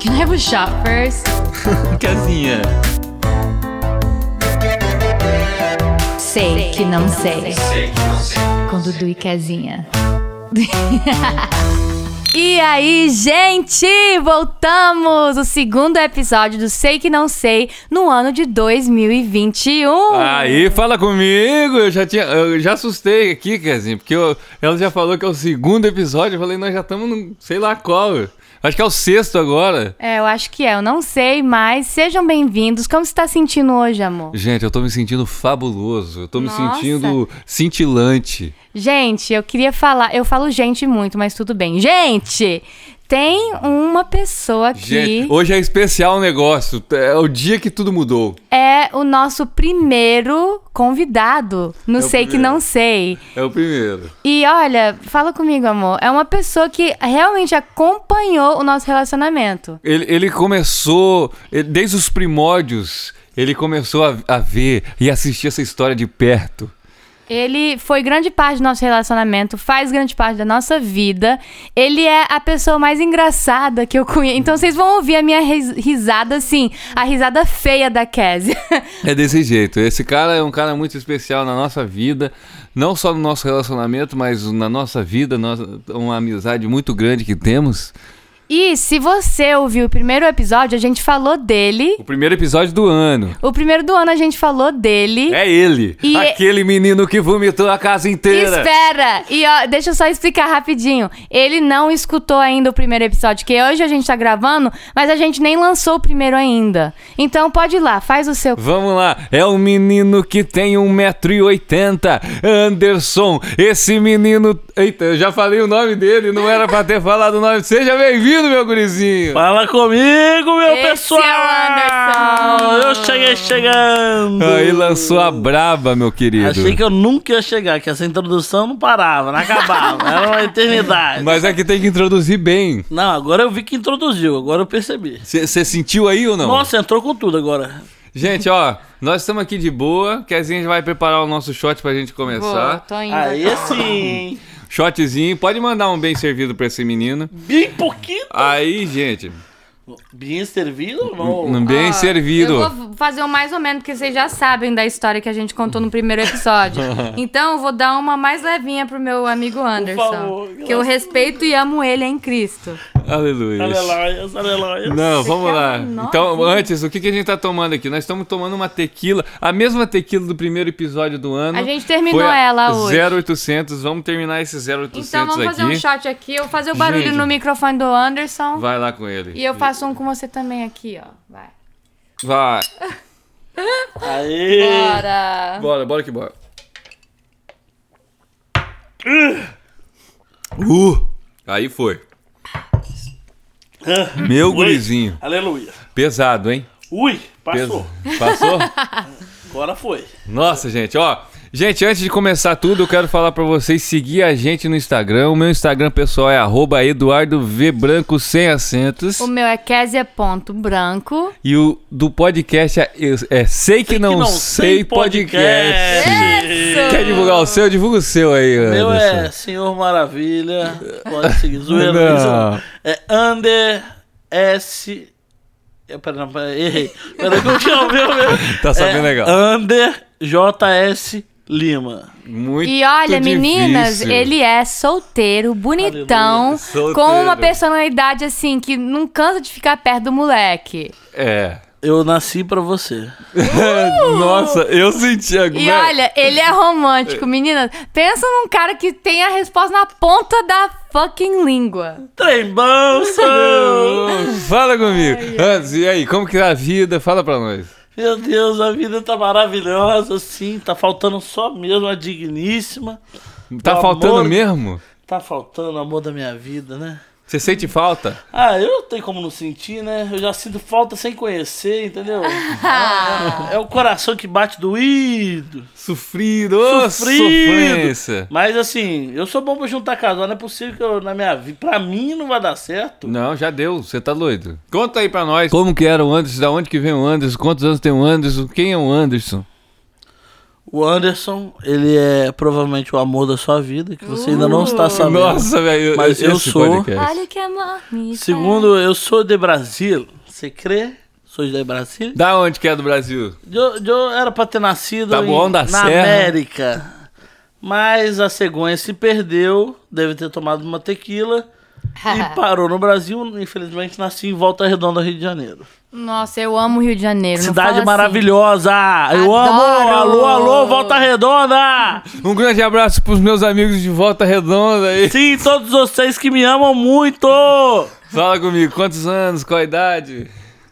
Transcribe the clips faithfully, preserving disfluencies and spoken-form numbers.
Can I have a shot first? Casinha. Sei que não sei. Sei que não sei. Com Dudu e Casinha. E aí, gente, voltamos! O segundo episódio do Sei Que Não Sei no ano de dois mil e vinte e um. Aí, fala comigo! Eu já tinha, eu já assustei aqui, Casinha, porque eu, ela já falou que é o segundo episódio. Eu falei, nós já estamos no sei lá qual. Acho que é o sexto agora. É, eu acho que é, eu não sei, mas sejam bem-vindos. Como você tá sentindo hoje, amor? Gente, eu tô me sentindo fabuloso. Eu tô Nossa. me sentindo cintilante. Gente, eu queria falar, eu falo gente muito, mas tudo bem. Gente, tem uma pessoa aqui. Gente, hoje é especial o negócio. É o dia que tudo mudou. É o nosso primeiro convidado no É o Sei Que primeiro. Não Sei. É o primeiro. E olha, fala comigo, amor. É uma pessoa que realmente acompanhou o nosso relacionamento. Ele, ele começou, ele- desde os primórdios, ele começou a, a ver e assistir essa história de perto. Ele foi grande parte do nosso relacionamento, faz grande parte da nossa vida. Ele é a pessoa mais engraçada que eu conheço. Então vocês vão ouvir a minha ris- risada, assim, a risada feia da Cassie. É desse jeito. Esse cara é um cara muito especial na nossa vida, não só no nosso relacionamento, mas na nossa vida, nossa, uma amizade muito grande que temos. E se você ouviu o primeiro episódio, a gente falou dele. O primeiro episódio do ano. O primeiro do ano a gente falou dele. É ele, E- aquele menino que vomitou a casa inteira. Espera! E ó, deixa eu só explicar rapidinho. Ele não escutou ainda o primeiro episódio, que hoje a gente tá gravando, mas a gente nem lançou o primeiro ainda. Então pode ir lá, faz o seu. Vamos lá, é um menino que tem um metro e oitenta, Anderson, esse menino... Eita, eu já falei o nome dele, não era pra ter falado o nome. Seja bem-vindo, meu gurizinho. Fala comigo, meu Esse pessoal! é o Anderson. Eu cheguei chegando! Aí lançou a braba, meu querido. Achei que eu nunca ia chegar, que essa introdução não parava, não acabava, era uma eternidade. Mas é que tem que introduzir bem. Não, agora eu vi que introduziu, agora eu percebi. Você sentiu aí ou não? Nossa, entrou com tudo agora. Gente, ó, nós estamos aqui de boa, que a gente vai preparar o nosso shot pra gente Vou, começar. tô indo. Aí sim! Shotzinho, pode mandar um bem servido pra esse menino. Bem pouquinho! Aí, gente, Bem servido? Não. um bem Ó, servido. Eu vou fazer um mais ou menos, porque vocês já sabem da história que a gente contou no primeiro episódio. Então eu vou dar uma mais levinha pro meu amigo Anderson. favor, que eu respeito e amo ele em Cristo. Aleluia. Aleluia, aleluia. Não, vamos quer lá. uma Então, novinha? antes, o que, que a gente tá tomando aqui? Nós estamos tomando uma tequila, a mesma tequila do primeiro episódio do ano. A gente terminou Foi a ela hoje. zero oitocentos, vamos terminar esse zero oitocentos Então vamos aqui. fazer um shot aqui. Eu vou fazer o barulho Gente. no microfone do Anderson. Vai lá com ele. E eu faço um com você também aqui, ó. Vai. Vai. Aí! Bora. Bora, bora que bora. Uh! Aí foi. Meu Ui. gurizinho. Aleluia. Pesado, hein? Ui, passou. Pes- Passou? Agora foi. Nossa, gente, ó. Gente, antes de começar tudo, eu quero falar pra vocês seguir a gente no Instagram. O meu Instagram pessoal é arroba Eduardo V Branco sem acentos. O meu é Kézia.branco. E o do podcast é, é Sei Que Não, Sei Podcast. Isso! Quer divulgar o seu? Divulga o seu aí, Meu Anderson. é Senhor Maravilha. Pode seguir. Zoeira. Não. Isso É Under S. Eu, pera, não, pera, errei. Peraí, como que é o meu mesmo? Tá sabendo é legal. Under J S Lima. Muito E olha, difícil. meninas, ele é solteiro, bonitão, Aleluia. Solteiro. com uma personalidade assim que não cansa de ficar perto do moleque. É. Eu nasci pra você. Nossa, eu senti agora. E olha, ele é romântico, meninas. Pensa num cara que tem a resposta na ponta da fucking língua. Trem bom, sou. Fala comigo. Antes, e aí, como que tá a vida? Fala pra nós. Meu Deus, a vida tá maravilhosa, sim. Tá faltando só mesmo a digníssima. Tá O faltando amor- mesmo? Tá faltando o amor da minha vida, né? Você sente falta? Ah, eu não tenho como não sentir, né? Eu já sinto falta sem conhecer, entendeu? Ah, é o coração que bate doído. Sofrido, ô sofrência. Mas assim, eu sou bom pra juntar casal, não é possível que eu, na minha vida, pra mim não vai dar certo. Não, já deu, você tá doido. Conta aí pra nós como que era o Anderson, da onde que vem o Anderson, quantos anos tem o Anderson, quem é o Anderson? O Anderson, ele é provavelmente o amor da sua vida, que você uh, ainda não está sabendo. Nossa, velho. Mas eu sou. Podcast. Olha que amor me Segundo, eu sou de Brasil. Você crê? Sou de Brasil? Da onde que é do Brasil? Eu, eu era pra ter nascido tá bom, em, da na Serra. América. Mas a cegonha se perdeu, deve ter tomado uma tequila e parou no Brasil. Infelizmente, nasci em Volta Redonda, Rio de Janeiro. Nossa, eu amo Rio de Janeiro. Cidade não maravilhosa! Assim. Eu Adoro. amo! Alô, alô, Volta Redonda! Um grande abraço pros meus amigos de Volta Redonda aí. Sim, todos vocês que me amam muito! Fala comigo, quantos anos, qual a idade?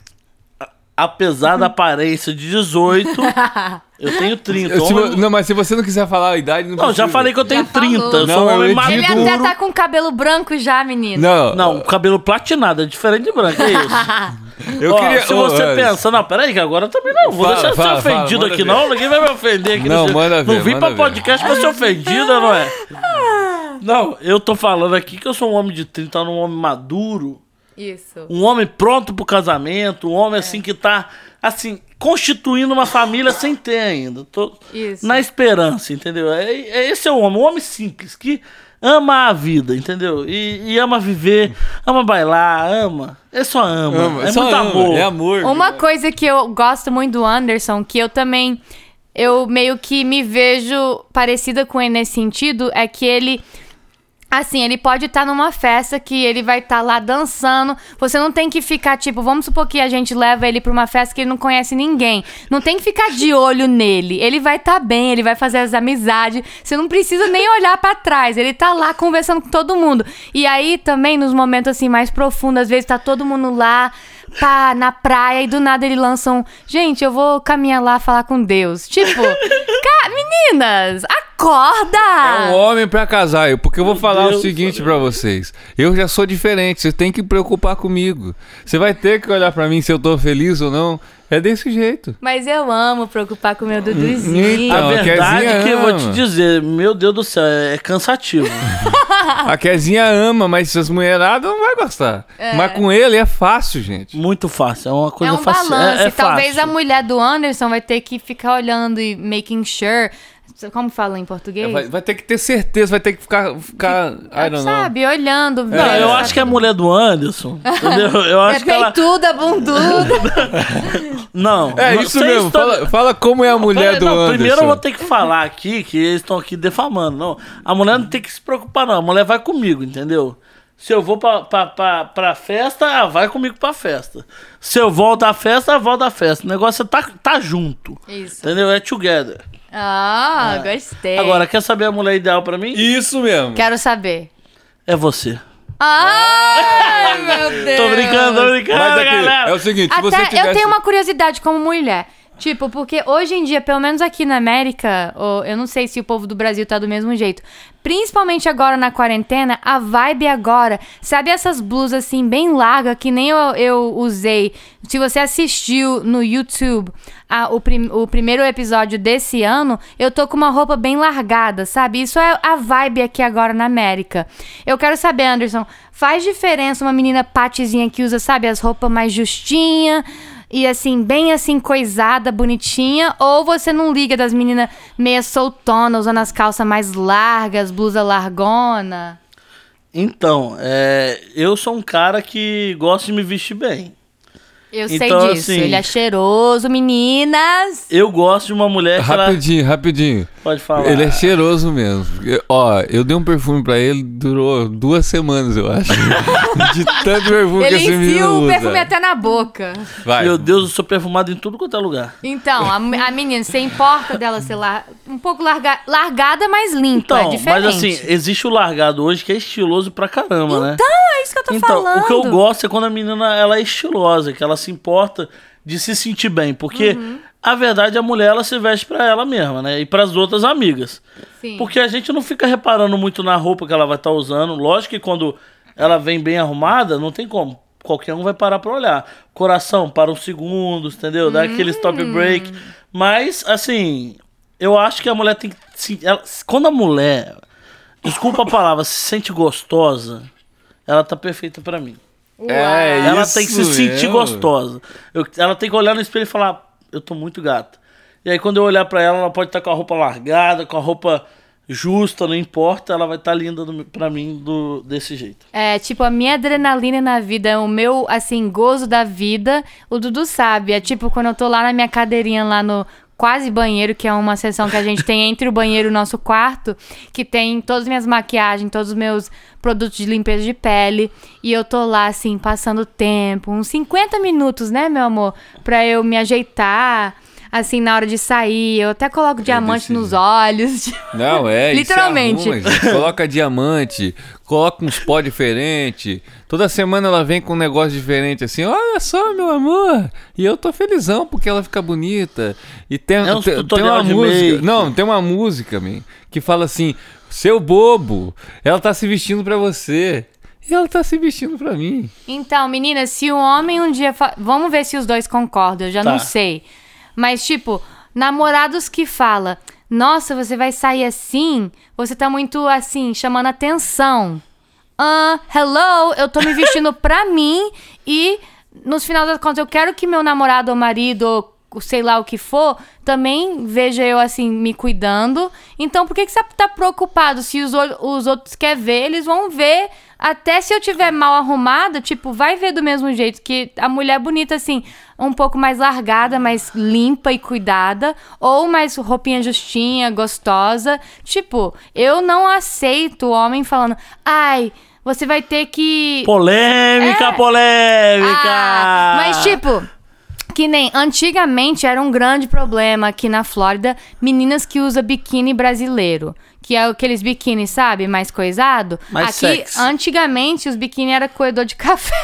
Apesar da aparência de dezoito, eu tenho trinta. Se, homem... Não, mas se você não quiser falar a idade, não Não, precisa. já falei que eu tenho Já trinta. falou. Eu Não, sou um homem eu maduro. edito. Ele até tá com cabelo branco já, menino. Não, Não, cabelo platinado é diferente de branco, é isso. eu Ó, queria... se Ô, você Anjo, pensa, não, peraí, que agora eu também não vou Fala, deixar fala, ser ofendido fala, aqui, manda não. ver. Ninguém vai me ofender aqui. Não, nesse- manda ver, Não vim manda pra ver. podcast pra ser ofendida, não é? Não, eu tô falando aqui que eu sou um homem de trinta, um homem maduro, Isso. um homem pronto pro casamento, um homem assim que tá, assim, constituindo uma família sem ter ainda. Tô Isso. na esperança, entendeu? É, é, esse é o homem, um homem simples, que ama a vida, entendeu? E, e ama viver, ama bailar, ama. É só ama. ama, é só muito ama, amor. É amor. Uma coisa que eu gosto muito do Anderson, que eu também, eu meio que me vejo parecida com ele nesse sentido, é que ele, assim, ele pode estar numa festa que ele vai estar lá dançando, você não tem que ficar, tipo, vamos supor que a gente leva ele pra uma festa que ele não conhece ninguém, não tem que ficar de olho nele, ele vai estar bem, ele vai fazer as amizades, você não precisa nem olhar pra trás, ele tá lá conversando com todo mundo. E aí também, nos momentos assim mais profundos, às vezes tá todo mundo lá, pá, na praia, e do nada ele lança um, gente, eu vou caminhar lá falar com Deus. Tipo, ca- meninas, acorda! É um homem pra casar, eu- porque eu vou falar Deus o seguinte pra vocês. Eu já sou diferente, você tem que preocupar comigo. Você vai ter que olhar pra mim se eu tô feliz ou não. É desse jeito. Mas eu amo preocupar com o meu Duduzinho. Então, A verdade Kezinha é que eu vou te ama. dizer, meu Deus do céu, é cansativo. A Kezinha ama, mas as mulheradas não vai gostar. Mas com ele é fácil, gente. Muito fácil, é uma É coisa um fácil. balanço. É, é Talvez a fácil. mulher do Anderson vai ter que ficar olhando e making sure. Como fala em português? Vai, vai ter que ter certeza, vai ter que ficar. ficar I don't know. Sabe, olhando. Não, vendo, eu sabe? acho que é a mulher do Anderson, entendeu? Eu É acho que ela... peituda, bunduda. Não, É não isso sei mesmo. se tá- Fala, fala como é a mulher Peraí, do não, Anderson. primeiro eu vou ter que falar aqui que eles estão aqui defamando. Não, a mulher não tem que se preocupar, não. A mulher vai comigo, entendeu? Se eu vou pra, pra, pra, pra festa, ela vai comigo pra festa. Se eu volto à festa, ela volta à festa. O negócio é tá, tá junto. Isso. Entendeu? É together. Ah, gostei. Agora, quer saber a mulher ideal pra mim? Isso mesmo. Quero saber. É você. Ai, meu Deus. Tô brincando, tô brincando, Mas aqui, galera. é o seguinte, se você Até tivesse... eu tenho uma curiosidade como mulher. Tipo, porque hoje em dia, pelo menos aqui na América, ou eu não sei se o povo do Brasil tá do mesmo jeito, principalmente agora na quarentena, a vibe agora, sabe essas blusas assim, bem largas, que nem eu, eu usei. Se você assistiu no YouTube a, o, prim, o primeiro episódio desse ano, eu tô com uma roupa bem largada, sabe? Isso é a vibe aqui agora na América. Eu quero saber, Anderson, faz diferença uma menina patizinha que usa, sabe, as roupas mais justinhas, e assim, bem assim, coisada, bonitinha, ou você não liga das meninas meia soltona, usando as calças mais largas, blusa largona? Então, é, eu sou um cara que gosta de me vestir bem. Eu Então, sei disso, assim, ele é cheiroso, meninas. Eu gosto de uma mulher que ela... Rapidinho, rapidinho. Pode falar. Ele é cheiroso mesmo. Porque, ó, eu dei um perfume pra ele, durou duas semanas, eu acho. De tanto perfume que Ele esse enfia menino o usa. perfume até na boca. Vai. Meu Deus, eu sou perfumado em tudo quanto é lugar. Então, a, a menina, você importa dela ser lar, um pouco larga, largada, mas limpa, é Então, diferente. mas assim, existe o largado hoje que é estiloso pra caramba, né? Então, é isso que eu tô Então, falando. o que eu gosto é quando a menina ela é estilosa, que ela se importa de se sentir bem, porque Uhum. a verdade a mulher ela se veste pra ela mesma, né? E pras outras amigas. Sim. Porque a gente não fica reparando muito na roupa que ela vai estar usando. Lógico que quando ela vem bem arrumada, não tem como. Qualquer um vai parar pra olhar. Coração para uns segundos, entendeu? Dá aquele stop break. Mas, assim, eu acho que a mulher tem que... Se, ela, quando a mulher, desculpa a palavra, se sente gostosa, ela tá perfeita pra mim. É Ela isso tem que se sentir mesmo. gostosa. Eu- ela tem que olhar no espelho e falar, eu tô muito gata. E aí quando eu olhar pra ela, ela pode estar com a roupa largada, com a roupa justa, não importa, ela vai estar linda do, pra mim do, desse jeito. É, tipo, a minha adrenalina na vida, o meu, assim, gozo da vida, o Dudu sabe. É tipo, quando eu tô lá na minha cadeirinha, lá no quase banheiro, que é uma seção que a gente tem entre o banheiro e o nosso quarto, que tem todas as minhas maquiagens, todos os meus produtos de limpeza de pele, e eu tô lá, assim, passando tempo, uns cinquenta minutos, né, meu amor, pra eu me ajeitar, assim, na hora de sair. Eu até coloco diamante nos olhos. Não, é, literalmente. Arruma, gente. Coloca diamante, coloca uns pó diferente. Toda semana ela vem com um negócio diferente, assim, olha só, meu amor. E eu tô felizão porque ela fica bonita. E tem, é um tem, tem tutorial uma de música. make. Não, tem uma música, man, que fala assim: seu bobo, ela tá se vestindo pra você. E ela tá se vestindo pra mim. Então, meninas, se o homem um dia... Fa... Vamos ver se os dois concordam, eu já Tá. não sei. Mas, tipo, namorados que fala, nossa, você vai sair assim, você tá muito, assim, chamando atenção. Ah, hello, eu tô me vestindo pra mim e, nos final das contas, eu quero que meu namorado ou marido, ou sei lá o que for, também veja eu, assim, me cuidando. Então, por que, que você tá preocupado? Se os, os outros querem ver, eles vão ver. Até se eu tiver mal arrumada, tipo, vai ver do mesmo jeito. Que a mulher bonita, assim, um pouco mais largada, mais limpa e cuidada. Ou mais roupinha justinha, gostosa. Tipo, eu não aceito o homem falando, ai, você vai ter que... Polêmica, É. polêmica! Ah, mas, tipo... Que nem antigamente era um grande problema aqui na Flórida, meninas que usam biquíni brasileiro. Que é aqueles biquíni, sabe? Mais coisado. Mais aqui, sexy. antigamente, os biquíni era coedor de café.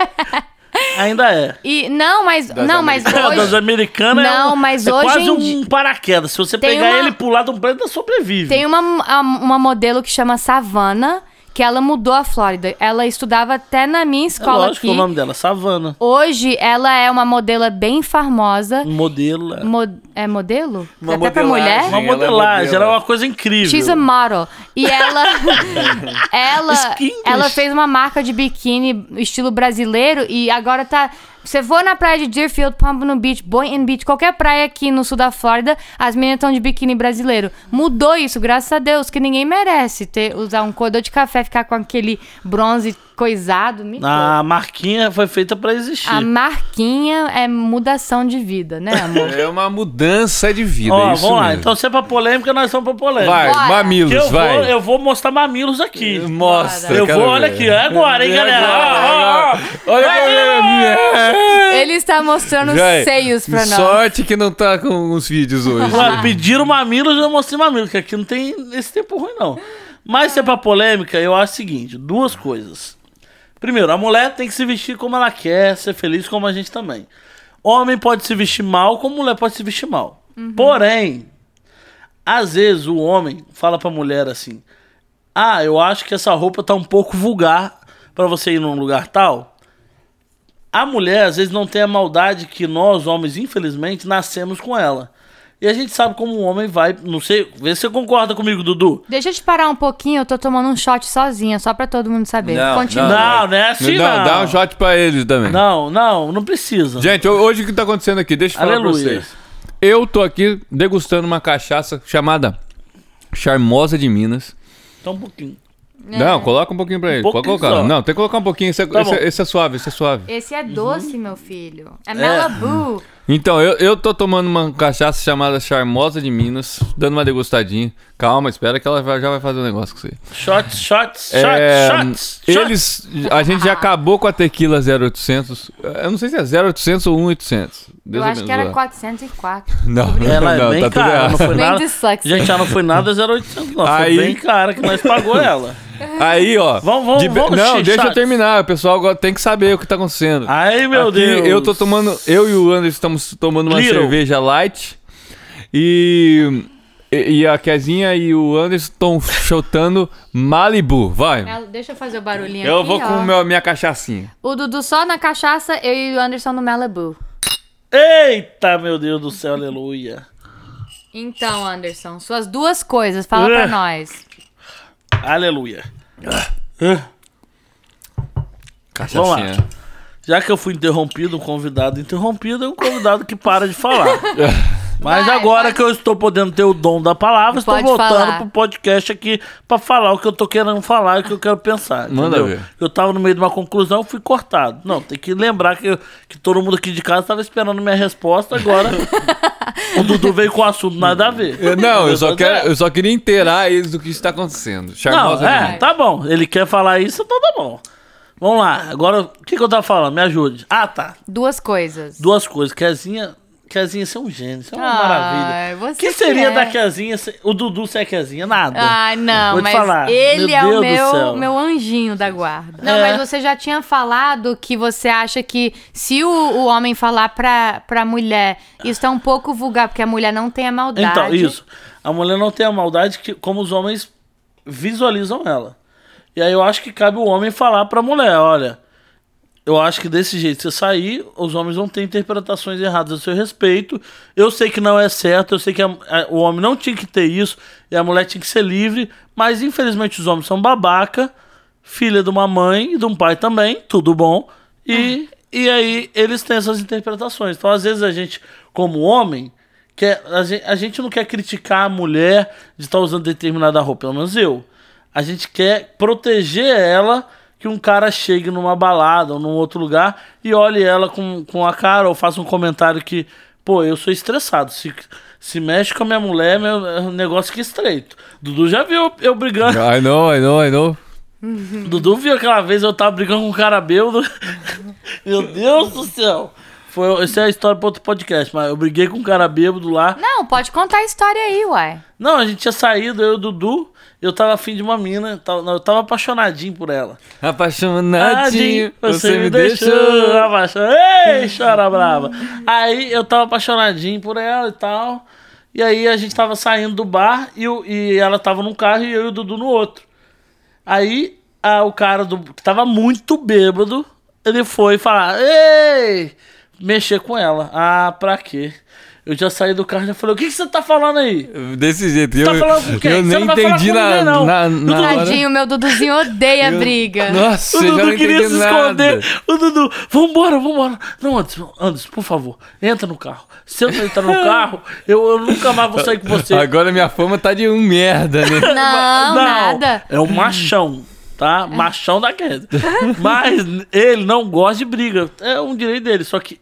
Ainda é. E não, mas Das não, mas Das hoje americanas é, Não, um, mas é hoje quase em um di- paraquedas. Se você Tem pegar uma- ele e pular de um prédio, ainda sobrevive. tem uma, a- uma modelo que chama Savannah, que ela mudou a Flórida. Ela estudava até na minha É escola lógico aqui. o nome dela, Savannah. Hoje ela é uma modelo bem famosa. Um modelo. é. Mo- é modelo? Uma Até pra modelagem. mulher? Uma Ela é modelagem, modelo. ela é uma coisa incrível. She's a model. E ela, ela, Skinglish. ela fez uma marca de biquíni estilo brasileiro e agora tá... Você for na praia de Deerfield, Pompano Beach, Boynton Beach, qualquer praia aqui no sul da Flórida, as meninas estão de biquíni brasileiro. Mudou isso, graças a Deus, que ninguém merece ter, usar um coador de café, ficar com aquele bronze coisado. Me A marquinha foi feita pra existir. A marquinha é mudação de vida, né, amor? É uma mudança de vida, Ó, é isso vamos lá. mesmo. Então, se é pra polêmica, nós vamos pra polêmica. Vai, Bora. mamilos, Que eu, vai. vou, eu vou mostrar mamilos aqui. Mostra. Eu quero vou, olha ver. aqui, é agora, hein, É galera? agora, Ó, ó, ó. Olha pra Ele está mostrando os Véi, seios pra nós. Sorte que não tá com os vídeos hoje. Ué, pediram mamilos, eu mostrei mamilos, que aqui não tem esse tempo ruim, não. Mas se é pra polêmica, eu acho o seguinte, duas coisas. Primeiro, a mulher tem que se vestir como ela quer, ser feliz como a gente também. Homem pode se vestir mal, como mulher pode se vestir mal. Porém, às vezes o homem fala pra mulher assim, ah, eu acho que essa roupa tá um pouco vulgar pra você ir num lugar tal. A mulher, às vezes, não tem a maldade que nós, homens, infelizmente, nascemos com ela. E a gente sabe como um homem vai... Não sei, vê se você concorda comigo, Dudu. Deixa eu te parar um pouquinho, eu tô tomando um shot sozinha, só pra todo mundo saber. Não, Continua. Não, não é assim, Dá, não. dá um shot pra eles também. Não, não, não precisa. Gente, hoje o que tá acontecendo aqui? Deixa eu falar Aleluia. pra vocês. Eu tô aqui degustando uma cachaça chamada Charmosa de Minas. Então um pouquinho. Não, coloca um pouquinho pra ele. Pode pouquinho colocar. só. Não, tem que colocar um pouquinho. Esse é, Tá esse, bom. é- esse é suave, esse é suave. Esse é doce, meu filho. É É. Malibu. Então, eu, eu tô tomando uma cachaça chamada Charmosa de Minas, dando uma degustadinha. Calma, espera que ela vai- já vai fazer um negócio com você. Shots, shots, É, shots, shots. eles, a gente já acabou com a tequila zero oitocentos. Eu não sei se é zero oitocentos ou um oitocentos. Deus Eu acho que era abençoe. quatrocentos e quatro. Não, Ela é não, bem tá tudo cara, errado. não foi Bem nada. disléxica. Gente, já não foi nada zero oitocentos, não. Foi Aí- bem cara que nós pagou ela. Aí, ó. Vamos, vamos, de- vamos, Não, chi- deixa eu shots. terminar. O pessoal agora tem que saber o que tá acontecendo. Ai, meu Aqui, Deus. eu tô tomando. Eu e o Anderson estamos tomando uma Little. cerveja light. E. E e a Kezinha e o Anderson estão chutando Malibu. Vai. É, Deixa eu fazer o barulhinho Eu aqui, vou ó. com meu, minha cachaçinha. O Dudu só na cachaça, eu e o Anderson no Malibu. Eita, meu Deus do céu, aleluia. Então, Anderson, suas duas coisas, fala pra Uh. nós. Aleluia. Cachaçinha. Já que eu fui interrompido, um convidado interrompido é um convidado que para de falar. Mas Vai, agora pode- que eu estou podendo ter o dom da palavra, estou Pode voltando falar. pro podcast aqui pra falar o que eu tô querendo falar e o que eu quero pensar. Manda Entendeu? ver. Eu tava no meio de uma conclusão, fui cortado. Não, tem que lembrar que, eu- que todo mundo aqui de casa tava esperando minha resposta, agora o Dudu veio com o assunto nada a ver. Eu- Não, eu só, Entendeu? quero, eu só queria inteirar eles do que está acontecendo. Não, Charmosa é, demais. tá bom. Ele quer falar isso, então tá bom. Vamos lá, agora o que, que eu tava falando? Me ajude. Ah, tá. Duas coisas. Duas coisas. Kezinha, Kezinha, você é um gênio, você é uma Ai, maravilha. você O que que seria é. da Kezinha, se- o Dudu ser a Kezinha? Nada. Ai, não, Vou te mas falar, ele meu é Deus o do meu, céu. meu anjinho da guarda. Não, É. mas você já tinha falado que você acha que se o, o homem falar pra, pra mulher, isso é um pouco vulgar, porque a mulher não tem a maldade. Então, isso. A mulher não tem a maldade que, como os homens visualizam ela. E aí eu acho que cabe o homem falar pra mulher, olha, eu acho que desse jeito você sair, os homens vão ter interpretações erradas a seu respeito. Eu sei que não é certo, eu sei que a- a- o homem não tinha que ter isso, e a mulher tinha que ser livre, mas infelizmente os homens são babaca, filha de uma mãe e de um pai também, tudo bom. E, e aí eles têm essas interpretações. Então, às vezes, a gente, como homem, quer, a, gente, a gente não quer criticar a mulher de estar usando determinada roupa, pelo menos eu. A gente quer proteger ela que um cara chegue numa balada ou num outro lugar e olhe ela com, com a cara ou faça um comentário que, pô, eu sou estressado. Se, se mexe com a minha mulher, meu é um negócio que estreito. Dudu já viu eu brigando. I know, I know, I know. Dudu viu aquela vez eu tava brigando com um cara bêbado. Meu Deus do céu. Foi, essa é a história para outro podcast, mas eu briguei com um cara bêbado lá. Não, pode contar a história aí, uai. Não, a gente tinha saído, eu e o Dudu. Eu tava afim de uma mina, tava- não, eu tava apaixonadinho por ela. Apaixonadinho, você me deixou apaixonado. Ei, chora brava. Aí eu tava apaixonadinho por ela e tal. E aí a gente tava saindo do bar e, o- e ela tava num carro e eu e o Dudu no outro. Aí a- o cara do, que tava muito bêbado, ele foi falar, ei, mexer com ela. Ah, pra quê? Eu já saí do carro e já falei, o que, que você tá falando aí? Desse jeito. Tá eu falando com quem? eu Você nem não vai falar entendi com na, ninguém, não. na, na hora. Tadinho, meu Duduzinho odeia briga. Nossa, O eu já não Dudu queria entendi se nada. esconder. O Dudu, vambora, vambora. Não, Anderson, Anderson, por favor, entra no carro. Se eu não entrar no carro, eu, eu nunca mais vou sair com você. Agora minha fama tá de um merda, né? Não, nada. É um machão, tá? Machão da queda. Mas ele não gosta de briga. É um direito dele, só que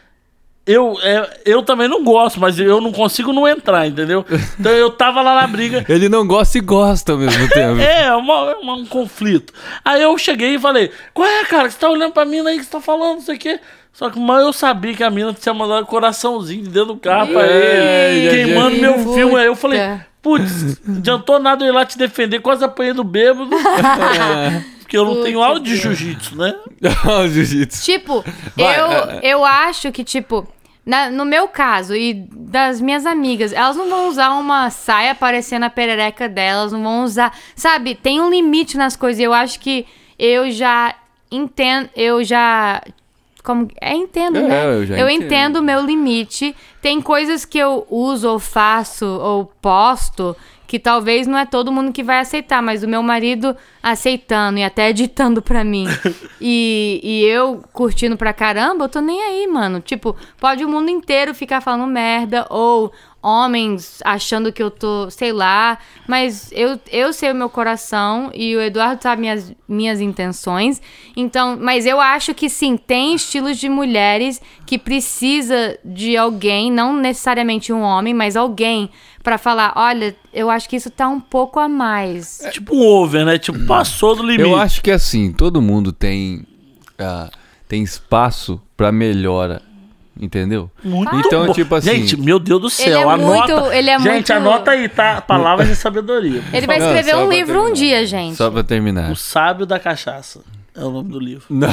eu, é, eu também não gosto, mas eu não consigo não entrar, entendeu? Então eu tava lá na briga. Ele não gosta e gosta ao mesmo tempo. É, uma, é uma- um conflito. Aí eu cheguei e falei, qual é, cara? Você tá olhando pra mina aí que você tá falando, não sei o quê. Só que, mas eu sabia que a mina tinha mandado um coraçãozinho dentro do carro pra É, ele, já- queimando já- meu Puta. filme. Aí eu falei, putz, não adiantou nada eu ir lá te defender, quase apanhei do bêbado. Porque eu não tenho Putz, aula de Deus. jiu-jitsu, né? O jiu-jitsu. Tipo, Vai, eu, é, eu acho que, tipo, na- no meu caso e das minhas amigas, elas não vão usar uma saia aparecendo a perereca delas, não vão usar. Sabe, tem um limite nas coisas. Eu acho que eu já entendo, eu já. Como, é, entendo, É, né? eu já eu entendo. entendo o meu limite. Tem coisas que eu uso ou faço ou posto que talvez não é todo mundo que vai aceitar, mas o meu marido aceitando e até editando pra mim e, e eu curtindo pra caramba, eu tô nem aí, mano. Tipo, pode o mundo inteiro ficar falando merda ou homens achando que eu tô, sei lá, mas eu, eu sei o meu coração e o Eduardo sabe minhas, minhas intenções, então, mas eu acho que sim, tem estilos de mulheres que precisa de alguém, não necessariamente um homem, mas alguém pra falar, olha, eu acho que isso tá um pouco a mais. É tipo um over, né? Tipo, passou do limite. Eu acho que assim, todo mundo tem, ah, tem espaço pra melhora, entendeu? Muito Então, bom. tipo assim- Gente, meu Deus do céu, Ele é anota. muito- ele é gente, muito- anota aí, tá? Palavras de sabedoria. por Ele vai favor. Não, escrever só um pra livro um terminar. dia, gente. Só pra terminar. O Sábio da Cachaça é o nome do livro. Não.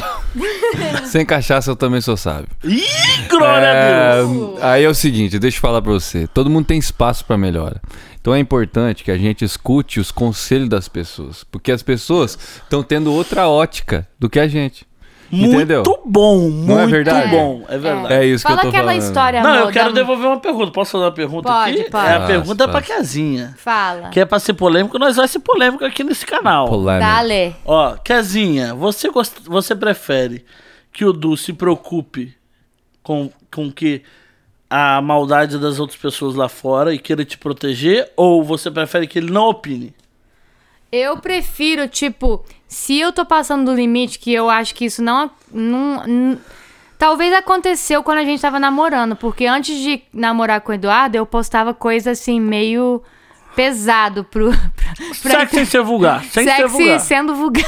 Sem cachaça eu também sou sábio. Ih, glória a Deus! É, aí é o seguinte, deixa eu falar pra você. Todo mundo tem espaço pra melhora. Então é importante que a gente escute os conselhos das pessoas. Porque as pessoas estão tendo outra ótica do que a gente. Entendeu? Muito bom, muito Não é verdade? bom. É verdade. É isso Fala que eu tô aquela falando. história, Não, amor, eu quero da- devolver uma pergunta. Posso fazer uma pergunta Pode, aqui? pode. É, a Faz, pergunta é pra faz. Kezinha. Fala. Que é pra ser polêmico, nós vai ser polêmico aqui nesse canal. Polêmica. Dale. Ó, Kezinha, você, gost... você prefere que o Du se preocupe com, com que a maldade das outras pessoas lá fora e queira te proteger? Ou você prefere que ele não opine? Eu prefiro, tipo, se eu tô passando do limite, que eu acho que isso não... não, não talvez aconteceu quando a gente tava namorando, porque antes de namorar com o Eduardo, eu postava coisa assim, meio pesado pro... Pra, pra, Sexy sem ser vulgar. Sem sexy ser vulgar. sendo vulgar.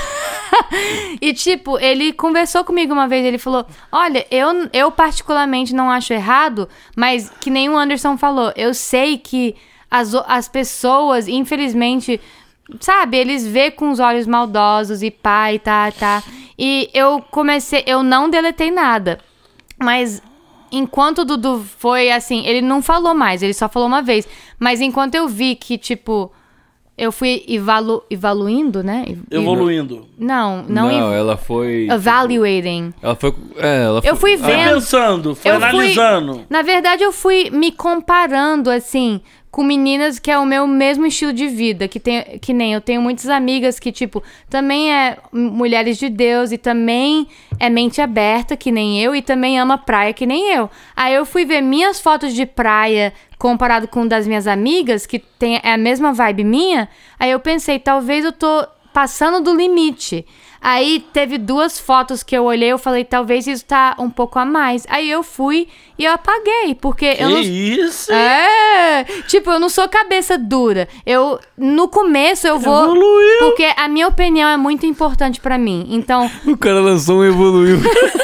E, tipo, ele conversou comigo uma vez, ele falou, olha, eu, eu particularmente não acho errado, mas que nem o Anderson falou, eu sei que as, as pessoas, infelizmente, sabe, eles vê com os olhos maldosos e pá, e tá, tá. E eu comecei, eu não deletei nada, mas... Enquanto o Dudu foi assim, ele não falou mais, ele só falou uma vez. Mas enquanto eu vi que, tipo, eu fui evalu evaluindo, né? Evoluindo. Não, não. Não, ela foi... Evaluating. Ela foi... É, ela foi... Eu fui Foi vendo. pensando, foi eu analisando. Fui, na verdade, eu fui me comparando, assim, com meninas que é o meu mesmo estilo de vida. Que, tem, que nem eu tenho muitas amigas que, tipo, também é mulheres de Deus e também é mente aberta, que nem eu, e também ama praia, que nem eu. Aí eu fui ver minhas fotos de praia comparado com das minhas amigas, que tem, é a mesma vibe minha. Aí eu pensei, talvez eu tô passando do limite. Aí teve duas fotos que eu olhei, eu falei, talvez isso tá um pouco a mais. Aí eu fui e eu apaguei, porque Que eu não... isso? É, tipo, eu não sou cabeça dura. Eu, no começo eu vou... Evoluiu. Porque a minha opinião é muito importante pra mim. Então, O cara lançou um evoluiu.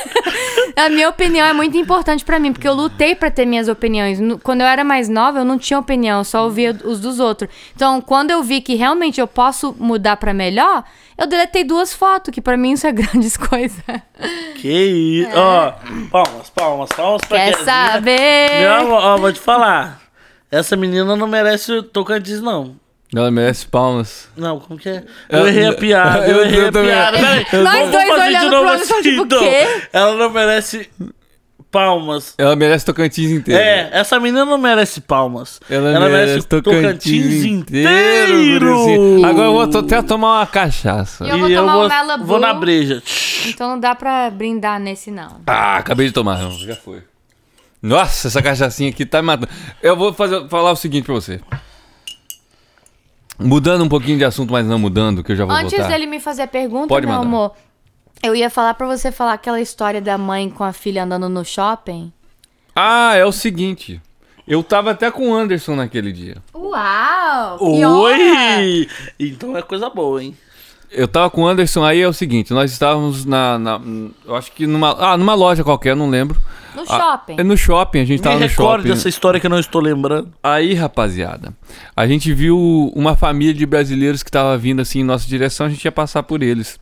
a minha opinião é muito importante pra mim, porque eu lutei pra ter minhas opiniões. No- Quando eu era mais nova, eu não tinha opinião, eu só ouvia os dos outros. Então, quando eu vi que realmente eu posso mudar pra melhor, eu deletei duas fotos, que pra mim isso é grandes coisas. Que isso? Ó, palmas, palmas, palmas pra Quer Kezinha. saber? Meu amor, ó, vou te falar. Essa menina não merece Tocantins, não. Ela merece palmas. Não, como que é? Eu- Eu errei a piada, eu eu- errei eu a também. piada. Peraí, Nós vamos dois fazer de olhando novo pro outro, assim, tipo, então. quê? Ela não merece palmas. Ela merece Tocantins inteiro. É, essa menina não merece palmas. Ela, merece Tocantins, inteiro. inteiro. Gurizinho. Agora eu vou to- até tomar uma cachaça. E eu vou tomar um Malibu. vou na breja. Então não dá pra brindar nesse, não. Ah, acabei de tomar, não, já foi. Nossa, essa cachaçinha aqui tá me matando. Eu vou fazer, falar o seguinte pra você. Mudando um pouquinho de assunto, mas não mudando, que eu já vou Antes voltar. dele me fazer a pergunta, Pode meu mandar. amor, eu ia falar pra você falar aquela história da mãe com a filha andando no shopping. Ah, é o seguinte. Eu tava até com o Anderson naquele dia. Uau! Que honra! Oi! Então é coisa boa, hein? Eu tava com o Anderson, aí é o seguinte, nós estávamos na, na eu acho que numa, ah, numa loja qualquer, não lembro. No Ah, shopping. é no shopping, a gente Me tava no recorde shopping. dessa história que eu não estou lembrando. Aí, rapaziada, a gente viu uma família de brasileiros que tava vindo assim em nossa direção, a gente ia passar por eles.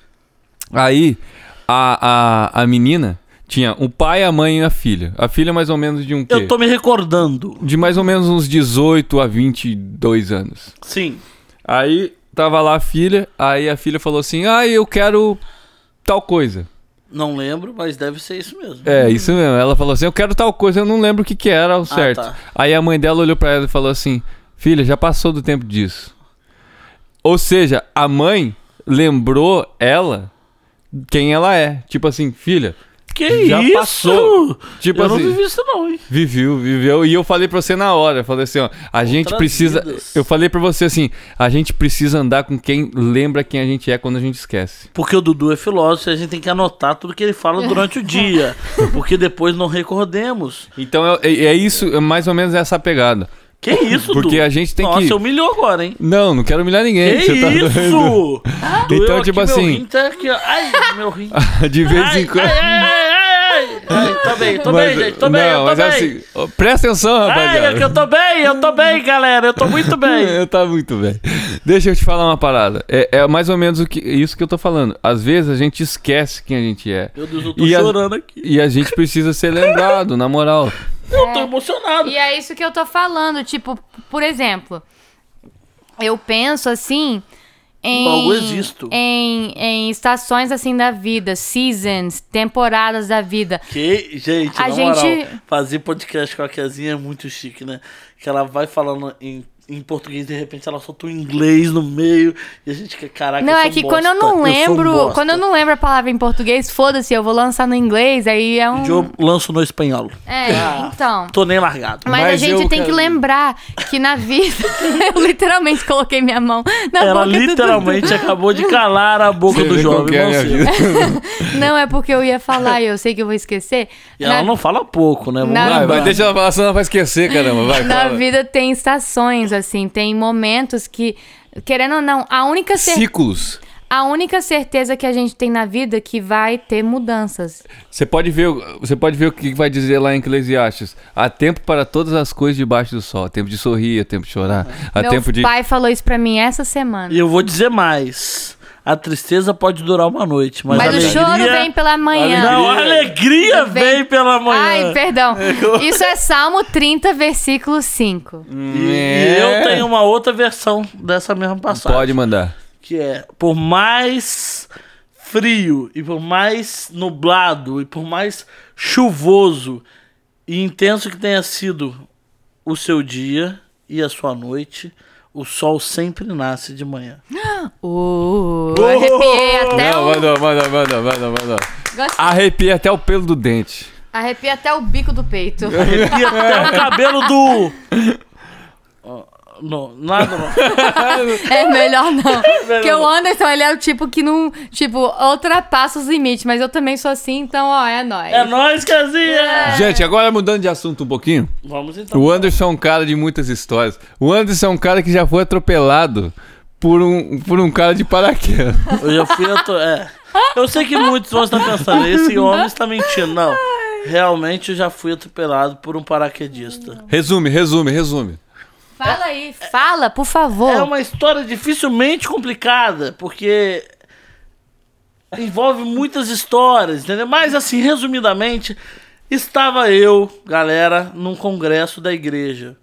Aí, a, a, a menina tinha o pai, a mãe e a filha. A filha mais ou menos de um quê? Eu tô me recordando. De mais ou menos uns dezoito a vinte e dois anos. Sim. Aí, tava lá a filha, aí a filha falou assim, ah, eu quero tal coisa. Não lembro, mas deve ser isso mesmo. É, isso mesmo. Ela falou assim, eu quero tal coisa, eu não lembro o que que era ao certo. tá. Aí a mãe dela olhou pra ela e falou assim, filha, já passou do tempo disso. Ou seja, a mãe lembrou ela quem ela é. Tipo assim, filha, Que já isso? passou. Tipo eu assim, não vivi isso não, hein? viveu, viveu. E eu falei pra você na hora, eu falei assim, ó, a gente Outras precisa... vidas. Eu falei pra você assim, a gente precisa andar com quem lembra quem a gente é quando a gente esquece. Porque o Dudu é filósofo e a gente tem que anotar tudo que ele fala durante o dia. Porque depois não recordemos. Então é, é isso, é mais ou menos essa pegada. Que isso, Dudu? Porque a gente tem Nossa, que... você humilhou agora, hein? Não, não quero humilhar ninguém. Que você tá doido? isso? Doeu Então, aqui, tipo meu assim- rim tá aqui, ó. Ai, meu rim. De vez Ai, em quando. ai, ai, ai, ai. Ai, tô bem, tô Mas- bem, gente. Tô bem, não, eu tô mas bem. é assim, ó, presta atenção, Ai, rapaziada. é que eu tô bem, eu tô bem, galera. Eu tô muito bem. Eu tá muito bem. Deixa eu te falar uma parada. É, é mais ou menos o que, isso que eu tô falando. Às vezes a gente esquece quem a gente é. Meu Deus, eu tô E a- chorando aqui. E a gente precisa ser lembrado, na moral. Eu tô emocionado. E é isso que eu tô falando. Tipo, por exemplo, eu penso assim em, Logo existo. em, em estações assim da vida, seasons, temporadas da vida. Que, gente, A na gente- moral, fazer podcast com a Kezinha é muito chique, né? Que ela vai falando em, em português, de repente ela solta um inglês no meio, e a gente quer, caraca, Não, eu é sou que bosta, quando eu não eu sou um lembro, bosta. quando eu não lembro a palavra em português, foda-se, eu vou lançar no inglês, aí é um... Eu lanço no espanhol. É, Ah, então... Tô nem largado. Mas, Mas a gente eu tem que quero- lembrar que na vida... eu literalmente coloquei minha mão na Ela boca do literalmente acabou de calar a boca Você do vê como jovem. que é a minha Você. vida. Dudu. Não, é porque eu ia falar e eu sei que eu vou esquecer. E ela Na- não fala pouco, né? Vamos Na- Vai, lembrar. vai, deixa ela falar, senão ela vai esquecer, caramba. Vai, Na fala. vida tem estações, assim, tem momentos que, querendo ou não, a única, cer- Ciclos. a única certeza que a gente tem na vida é que vai ter mudanças. Você pode ver, o- você pode ver o que vai dizer lá em Eclesiastes. Há tempo para todas as coisas debaixo do sol. Há tempo de sorrir, há tempo de chorar. Há Meu tempo de... pai falou isso pra mim essa semana. E eu vou dizer mais. A tristeza pode durar uma noite, mas, Mas a o alegria... choro vem pela manhã. Não, a alegria Vem- vem pela manhã. Ai, perdão. Isso é Salmo trinta, versículo cinco. E, e eu tenho uma outra versão dessa mesma passagem. Pode mandar. Que é, por mais frio e por mais nublado e por mais chuvoso e intenso que tenha sido o seu dia e a sua noite, o sol sempre nasce de manhã. Uh, arrepiei até Não, o... manda, manda, manda, manda, manda. Gostei. Arrepia até o pelo do dente. Arrepiei até o bico do peito. Arrepia até o cabelo do... Ó, não, nada não. É melhor não. Porque o Anderson, ele é o tipo que não... Tipo, ultrapassa os limites. Mas eu também sou assim, então, ó, é nóis. É nóis, casinha! Gente, agora mudando de assunto um pouquinho. Vamos então. O Anderson é um cara de muitas histórias. O Anderson é um cara que já foi atropelado por um, por um cara de paraquedas. Eu já fui... Ato... É. Eu sei que muitos vão estar pensando, esse homem está mentindo. Não. Realmente eu já fui atropelado por um paraquedista. Resume, resume, resume. Fala aí, fala, por favor. É uma história dificilmente complicada, porque envolve muitas histórias, entendeu? Mas assim, resumidamente, estava eu, galera, num congresso da igreja.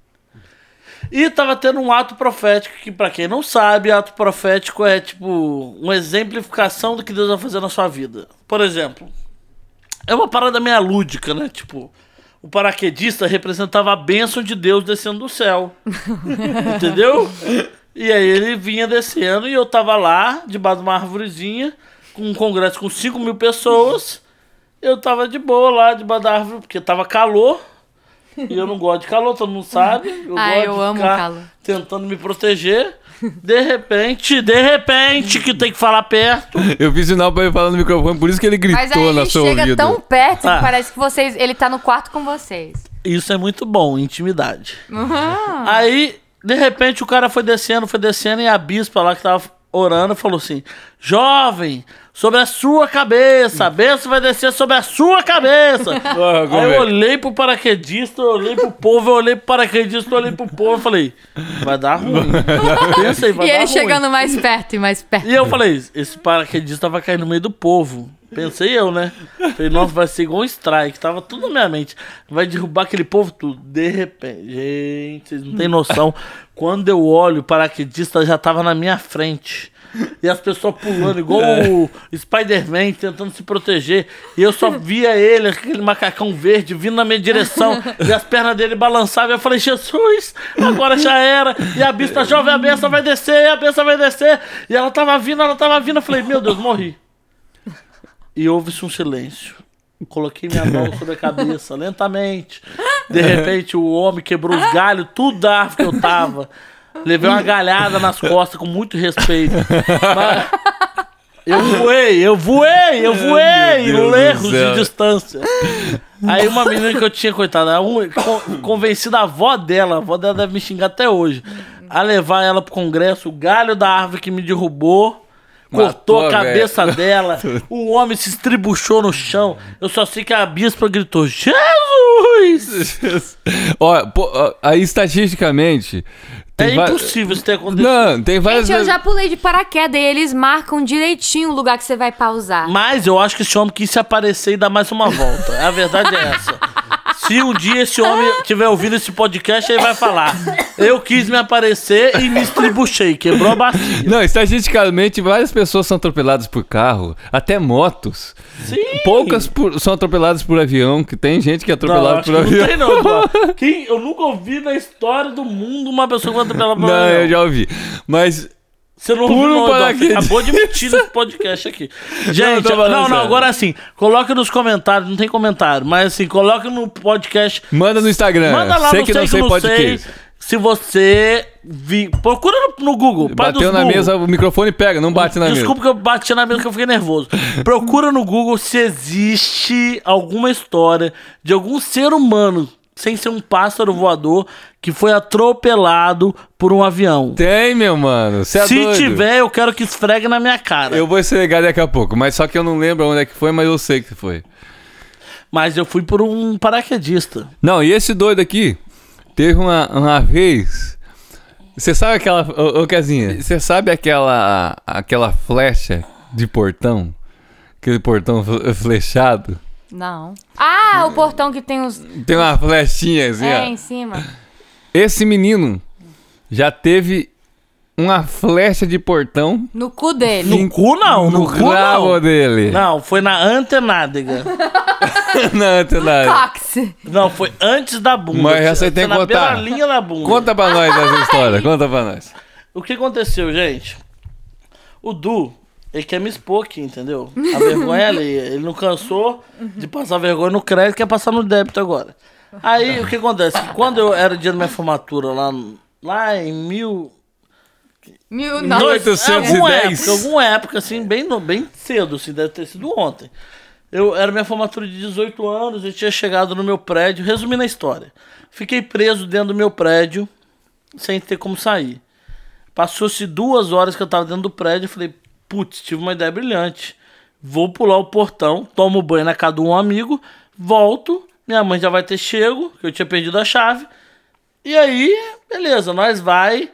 E tava tendo um ato profético, que pra quem não sabe, ato profético é tipo uma exemplificação do que Deus vai fazer na sua vida. Por exemplo, é uma parada meio lúdica, né? Tipo, o paraquedista representava a bênção de Deus descendo do céu. Entendeu? E aí ele vinha descendo e eu tava lá, debaixo de uma árvorezinha, com um congresso com cinco mil pessoas. Eu tava de boa lá, debaixo da árvore, porque tava calor. E eu não gosto de calor, todo mundo sabe. Eu Ah, gosto eu de amo ficar calor. tentando me proteger. De repente, de repente, que tem que falar perto. Eu fiz sinal pra ele falar no microfone, por isso que ele gritou Mas aí na ele sua chega ouvido. tão perto Ah. que parece que vocês... Ele tá no quarto com vocês. Isso é muito bom, intimidade. Uhum. Aí, de repente, o cara foi descendo, foi descendo, e a bispa lá que tava orando falou assim: jovem, sobre a sua cabeça, a bênção vai descer sobre a sua cabeça. Ah, Aí eu olhei pro paraquedista, eu olhei pro povo, eu olhei pro paraquedista, eu olhei pro povo e falei: vai dar ruim. Pensa aí, vai E dar ele ruim. chegando mais perto e mais perto. E eu falei: esse paraquedista vai cair no meio do povo. Pensei eu, né? Falei, nossa, vai ser igual um strike. Tava tudo na minha mente. Vai derrubar aquele povo tudo. De repente, gente, vocês não tem noção. Quando eu olho, o paraquedista já tava na minha frente. E as pessoas pulando, igual o Spider-Man, tentando se proteger. E eu só via ele, aquele macacão verde, vindo na minha direção. E as pernas dele balançavam. Eu falei: Jesus, agora já era. E a bispa jovem, a benção vai descer, a benção vai descer. E ela tava vindo, ela tava vindo. Eu falei: meu Deus, morri. E houve-se um silêncio. Coloquei minha mão sobre a cabeça, lentamente. De repente, o homem quebrou os galhos, tudo da árvore que eu tava. Levei uma galhada nas costas com muito respeito. Mas eu voei, eu voei, eu voei, Meu Deus do lerros céu. de distância. Aí uma menina que eu tinha, coitada, um, con- convencida a avó dela, a avó dela deve me xingar até hoje, a levar ela pro congresso, o galho da árvore que me derrubou. Cortou Matou, a cabeça velho. dela, o homem se estribuchou no chão. Eu só sei que a bispa gritou: Jesus! Ó, pô, ó, aí estatisticamente. É tem va- impossível isso ter acontecido. Não, tem várias. Gente, eu já pulei de paraquedas e eles marcam direitinho o lugar que você vai pausar. Mas eu acho que esse homem quis se aparecer e dar mais uma volta. A verdade é essa. Se um dia esse homem tiver ouvindo esse podcast, ele vai falar: Eu quis me aparecer e me estribuchei, quebrou a bacia. Não, estatisticamente, várias pessoas são atropeladas por carro, até motos. Sim. Poucas por- são atropeladas por avião, que tem gente que é atropelada Não, por acho que avião. não tem não, Eduardo. Quem, eu nunca ouvi na história do mundo uma pessoa que foi atropelada por Não, avião. eu já ouvi. Mas Você não Puro ouviu, não, Eduardo. Você paraquedismo. acabou de mentir nesse podcast aqui. Não, Gente, eu tô não, falando não, sério. agora assim, coloca nos comentários, não tem comentário, mas assim, coloca no podcast. manda no Instagram. Manda lá sei no que Sei não que sei não sei. podcast. Se você vi, procura no, no Google. pai Bateu dos na burros. mesa, o microfone pega, não bate na Desculpa que eu bati na mesa que eu fiquei nervoso. Procura no Google se existe alguma história de algum ser humano, sem ser um pássaro voador, que foi atropelado por um avião. mesa. Tem, meu mano. Cê é Se doido. tiver, eu quero que esfregue na minha cara. Eu vou esfregar daqui a pouco, mas só que eu não lembro onde é que foi, mas eu sei que foi. Mas eu fui por um paraquedista. Não, e esse doido aqui, teve uma, uma vez... Você sabe aquela... Ô, ô Casinha, você sabe aquela, aquela flecha de portão? Aquele portão fle- flechado? Não. Ah, o portão que tem os... Tem uma flechinha assim, É, ó. em cima. Esse menino já teve uma flecha de portão No cu dele. No cu não, no, no cu rabo não. dele. Não, foi na antenádega. Não, não, não. Cox. Não, foi antes da bunda. Mas essa aí tem Foi que na contar. beiradinha da bunda. Conta pra nós essa história, conta pra nós. O que aconteceu, gente? O Du, ele quer me expor aqui, entendeu? A vergonha é alheia. Ele não cansou de passar vergonha no crédito, quer passar no débito agora. Aí, o que acontece? Quando eu era dia da minha formatura, lá, lá em mil... Mil Dois. não. oitocentos e Alguma dez. época, alguma época, assim, bem, no- bem cedo, assim, deve ter sido ontem. Eu era minha formatura de dezoito anos, eu tinha chegado no meu prédio, resumindo a história. Fiquei preso dentro do meu prédio, sem ter como sair. Passou-se duas horas que eu tava dentro do prédio, eu falei, putz, tive uma ideia brilhante. Vou pular o portão, tomo banho na casa de um amigo, volto, minha mãe já vai ter chego, que eu tinha perdido a chave. E aí, beleza, nós vai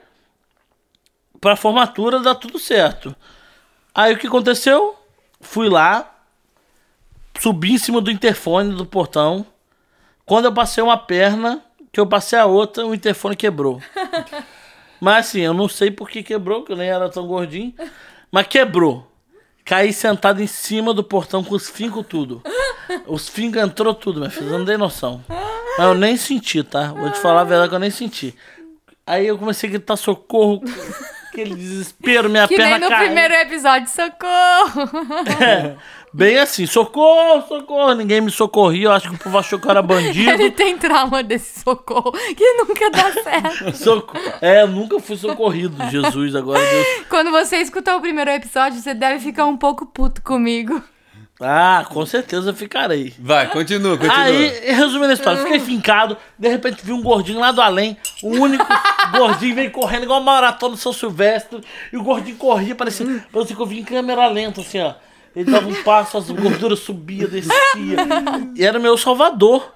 pra formatura, dá tudo certo. Aí o que aconteceu? Fui lá, subi em cima do interfone do portão. Quando eu passei uma perna, que eu passei a outra, o interfone quebrou. Mas assim, eu não sei por que quebrou, que eu nem era tão gordinho. Mas quebrou. Caí sentado em cima do portão com os fincos tudo. Os fincos entrou tudo, minha filha, eu não dei noção. Mas eu nem senti, tá? Vou te falar a verdade que eu nem senti. Aí eu comecei a gritar socorro, aquele desespero, minha Que perna nem no caiu. primeiro episódio, socorro. É, bem assim, socorro, socorro. Ninguém me socorria, eu acho que o povo achou que eu era bandido. Ele tem trauma desse socorro, que nunca dá certo. Soco... É, eu nunca fui socorrido, Jesus, agora Deus. Quando você escutar o primeiro episódio, você deve ficar um pouco puto comigo. Ah, com certeza eu ficarei. Vai, continua, continua. Aí, resumindo a história, fiquei fincado, de repente vi um gordinho lá do além, o único gordinho veio correndo igual uma maratona do São Silvestre, e o gordinho corria, parecia, parecia que eu vi em câmera lenta, assim, ó. Ele dava um passo, as gorduras subiam, descia, e era meu salvador.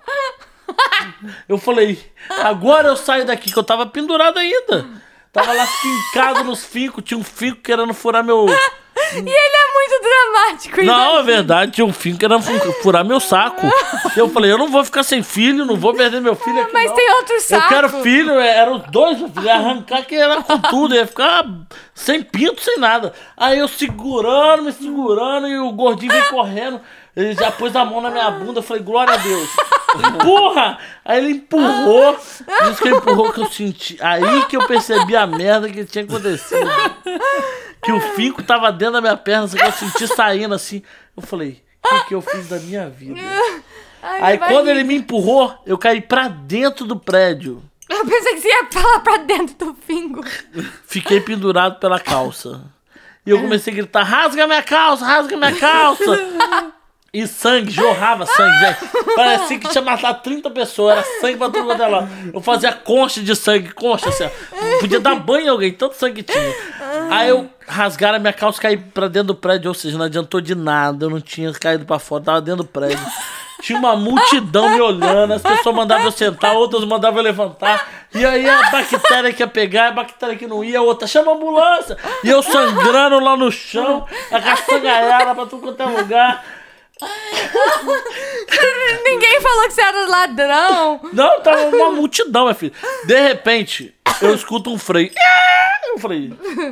Eu falei, agora eu saio daqui, que eu tava pendurado ainda. Tava lá fincado nos fincos, tinha um finco querendo furar meu... E ele é muito dramático. Não, é verdade, tinha um finco querendo fu- furar meu saco. Eu falei, eu não vou ficar sem filho, não vou perder meu filho aqui, Mas não. tem outro saco. Eu quero filho, é, eram os dois, meu filho, ia arrancar que era com tudo, ia ficar sem pinto, sem nada. Aí eu segurando, me segurando, e o gordinho veio correndo, ele já pôs a mão na minha bunda, eu falei, glória a Deus. Empurra! Aí ele empurrou, disse que ele empurrou que eu senti. Aí que eu percebi a merda que tinha acontecido. Que o finco tava dentro da minha perna, só que eu senti saindo assim. Eu falei, o que, que eu fiz da minha vida? Ai, Aí vai quando rir. ele me empurrou, eu caí pra dentro do prédio. Eu pensei que você ia falar pra dentro do fingo. Fiquei pendurado pela calça. E eu comecei a gritar, rasga minha calça, rasga minha calça. E sangue, jorrava sangue, gente. Parecia que tinha matado trinta pessoas, era sangue pra tudo quanto é lado. Eu fazia concha de sangue, concha assim, ó. Podia dar banho em alguém, tanto sangue que tinha. Aí eu rasgaram a minha calça e caí pra dentro do prédio, ou seja, não adiantou de nada, eu não tinha caído pra fora, tava dentro do prédio. Tinha uma multidão me olhando, as pessoas mandavam eu sentar, outras mandavam eu levantar. E aí a bactéria que ia pegar, a bactéria que não ia, a outra, chama a ambulância. E eu sangrando lá no chão, a castangalhada pra tudo quanto é lugar. Ninguém falou falou que você era ladrão. Não, tava uma multidão, minha filha. De repente, eu escuto um freio. Eu falei...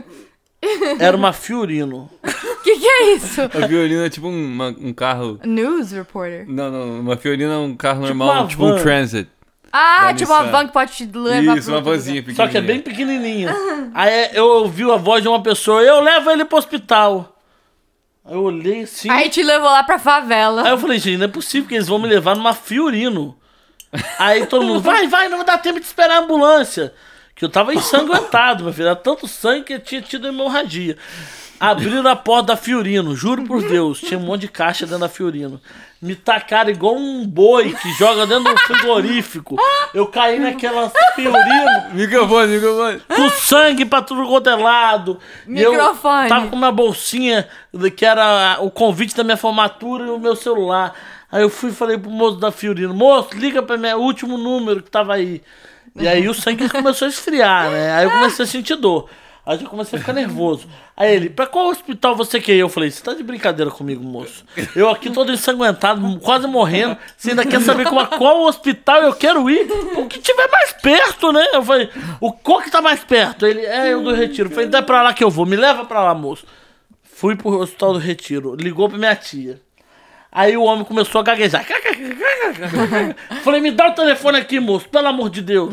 Era uma Fiorino. O que, que é isso? A Fiorino é tipo um, uma- um carro... News reporter. Não, não, uma Fiorino é um carro Tipo normal, uma tipo um van. Transit. Ah, Da tipo uma Nissan. van que pode te levar Isso, pro uma outro vanzinha lugar. pequenininha. Só que é bem pequenininha. Aí eu ouvi a voz de uma pessoa. Eu levo ele pro hospital. Aí eu olhei assim. Aí te levou lá pra favela. Aí eu falei, gente, não é possível que eles vão me levar numa Fiorino. Aí todo mundo, vai, vai, não vai dar tempo de esperar a ambulância. Que eu tava ensanguentado, meu filho. Era tanto sangue que eu tinha tido hemorragia. Abriram a porta da Fiorino, juro por Deus. Tinha um monte de caixa dentro da Fiorino. Me tacaram igual um boi que joga dentro do frigorífico. Eu caí naquela Fiorino. Microfone, microfone. Com sangue pra tudo quanto é lado. E eu Microfone. tava com uma bolsinha que era o convite da minha formatura e o meu celular. Aí eu fui e falei pro moço da Fiorino, moço, liga pra mim, o último número que tava aí. E aí o sangue começou a esfriar, né? Aí eu comecei a sentir dor. Aí eu comecei a ficar nervoso. Aí ele, pra qual hospital você quer ir? Eu falei, você tá de brincadeira comigo, moço? Eu aqui todo ensanguentado, quase morrendo. Você ainda quer saber qual, qual hospital eu quero ir? O que tiver mais perto, né? Eu falei, o qual que tá mais perto? Ele, é, eu do Retiro. Eu falei, então é pra lá que eu vou, me leva pra lá, moço. Fui pro hospital do Retiro, ligou pra minha tia. Aí o homem começou a gaguejar. Falei, me dá o telefone aqui, moço, pelo amor de Deus.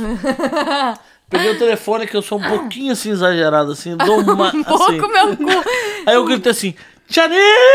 Peguei o telefone, que eu sou um pouquinho assim exagerado, assim, dou uma. Um pouco, assim. meu cu. Aí eu gritei assim, Tia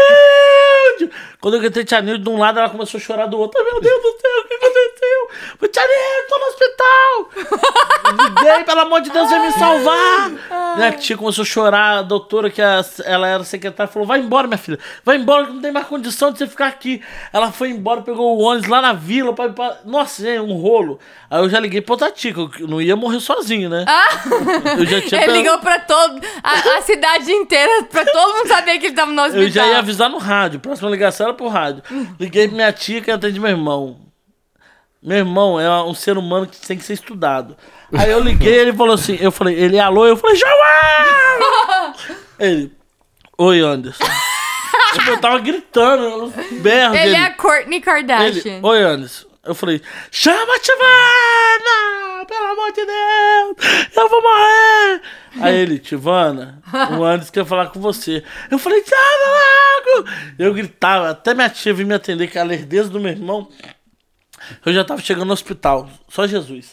Nilde! Quando eu gritei Tia Nilde de um lado, ela começou a chorar do outro. Ai, meu Deus do céu, o que aconteceu? Falei, Tia Nilde, tô no hospital! Liguei, pelo amor de Deus, vem me salvar! Minha tia começou a chorar, a doutora, que a- ela era secretária, falou, vai embora, minha filha, vai embora, que não tem mais condição de você ficar aqui. Ela foi embora, pegou o ônibus lá na vila, pra, pra... nossa, gente, um rolo. Aí eu já liguei pra outra tia, que eu não ia morrer sozinho, né? Eu já tinha... Ele ligou pra todo, a, a cidade inteira, pra todo mundo saber que ele tava no hospital. Eu já ia avisar no rádio. Próxima ligação era pro rádio. Liguei pra minha tia que atende meu irmão. Meu irmão é um ser humano que tem que ser estudado. Aí eu liguei, ele falou assim, eu falei, ele alô, eu falei, João! Ele, oi Anderson. Tipo, eu tava gritando, berros Ele dele. é a Kourtney Kardashian. Ele, oi Anderson. Eu falei, chama a Tivana! Pelo amor de Deus! Eu vou morrer! Aí ele, Tivana, o Anderson quer falar com você. Eu falei, chama logo! Eu gritava, até minha tia vir me atender, que a lerdeza do meu irmão. Eu já tava chegando no hospital, só Jesus.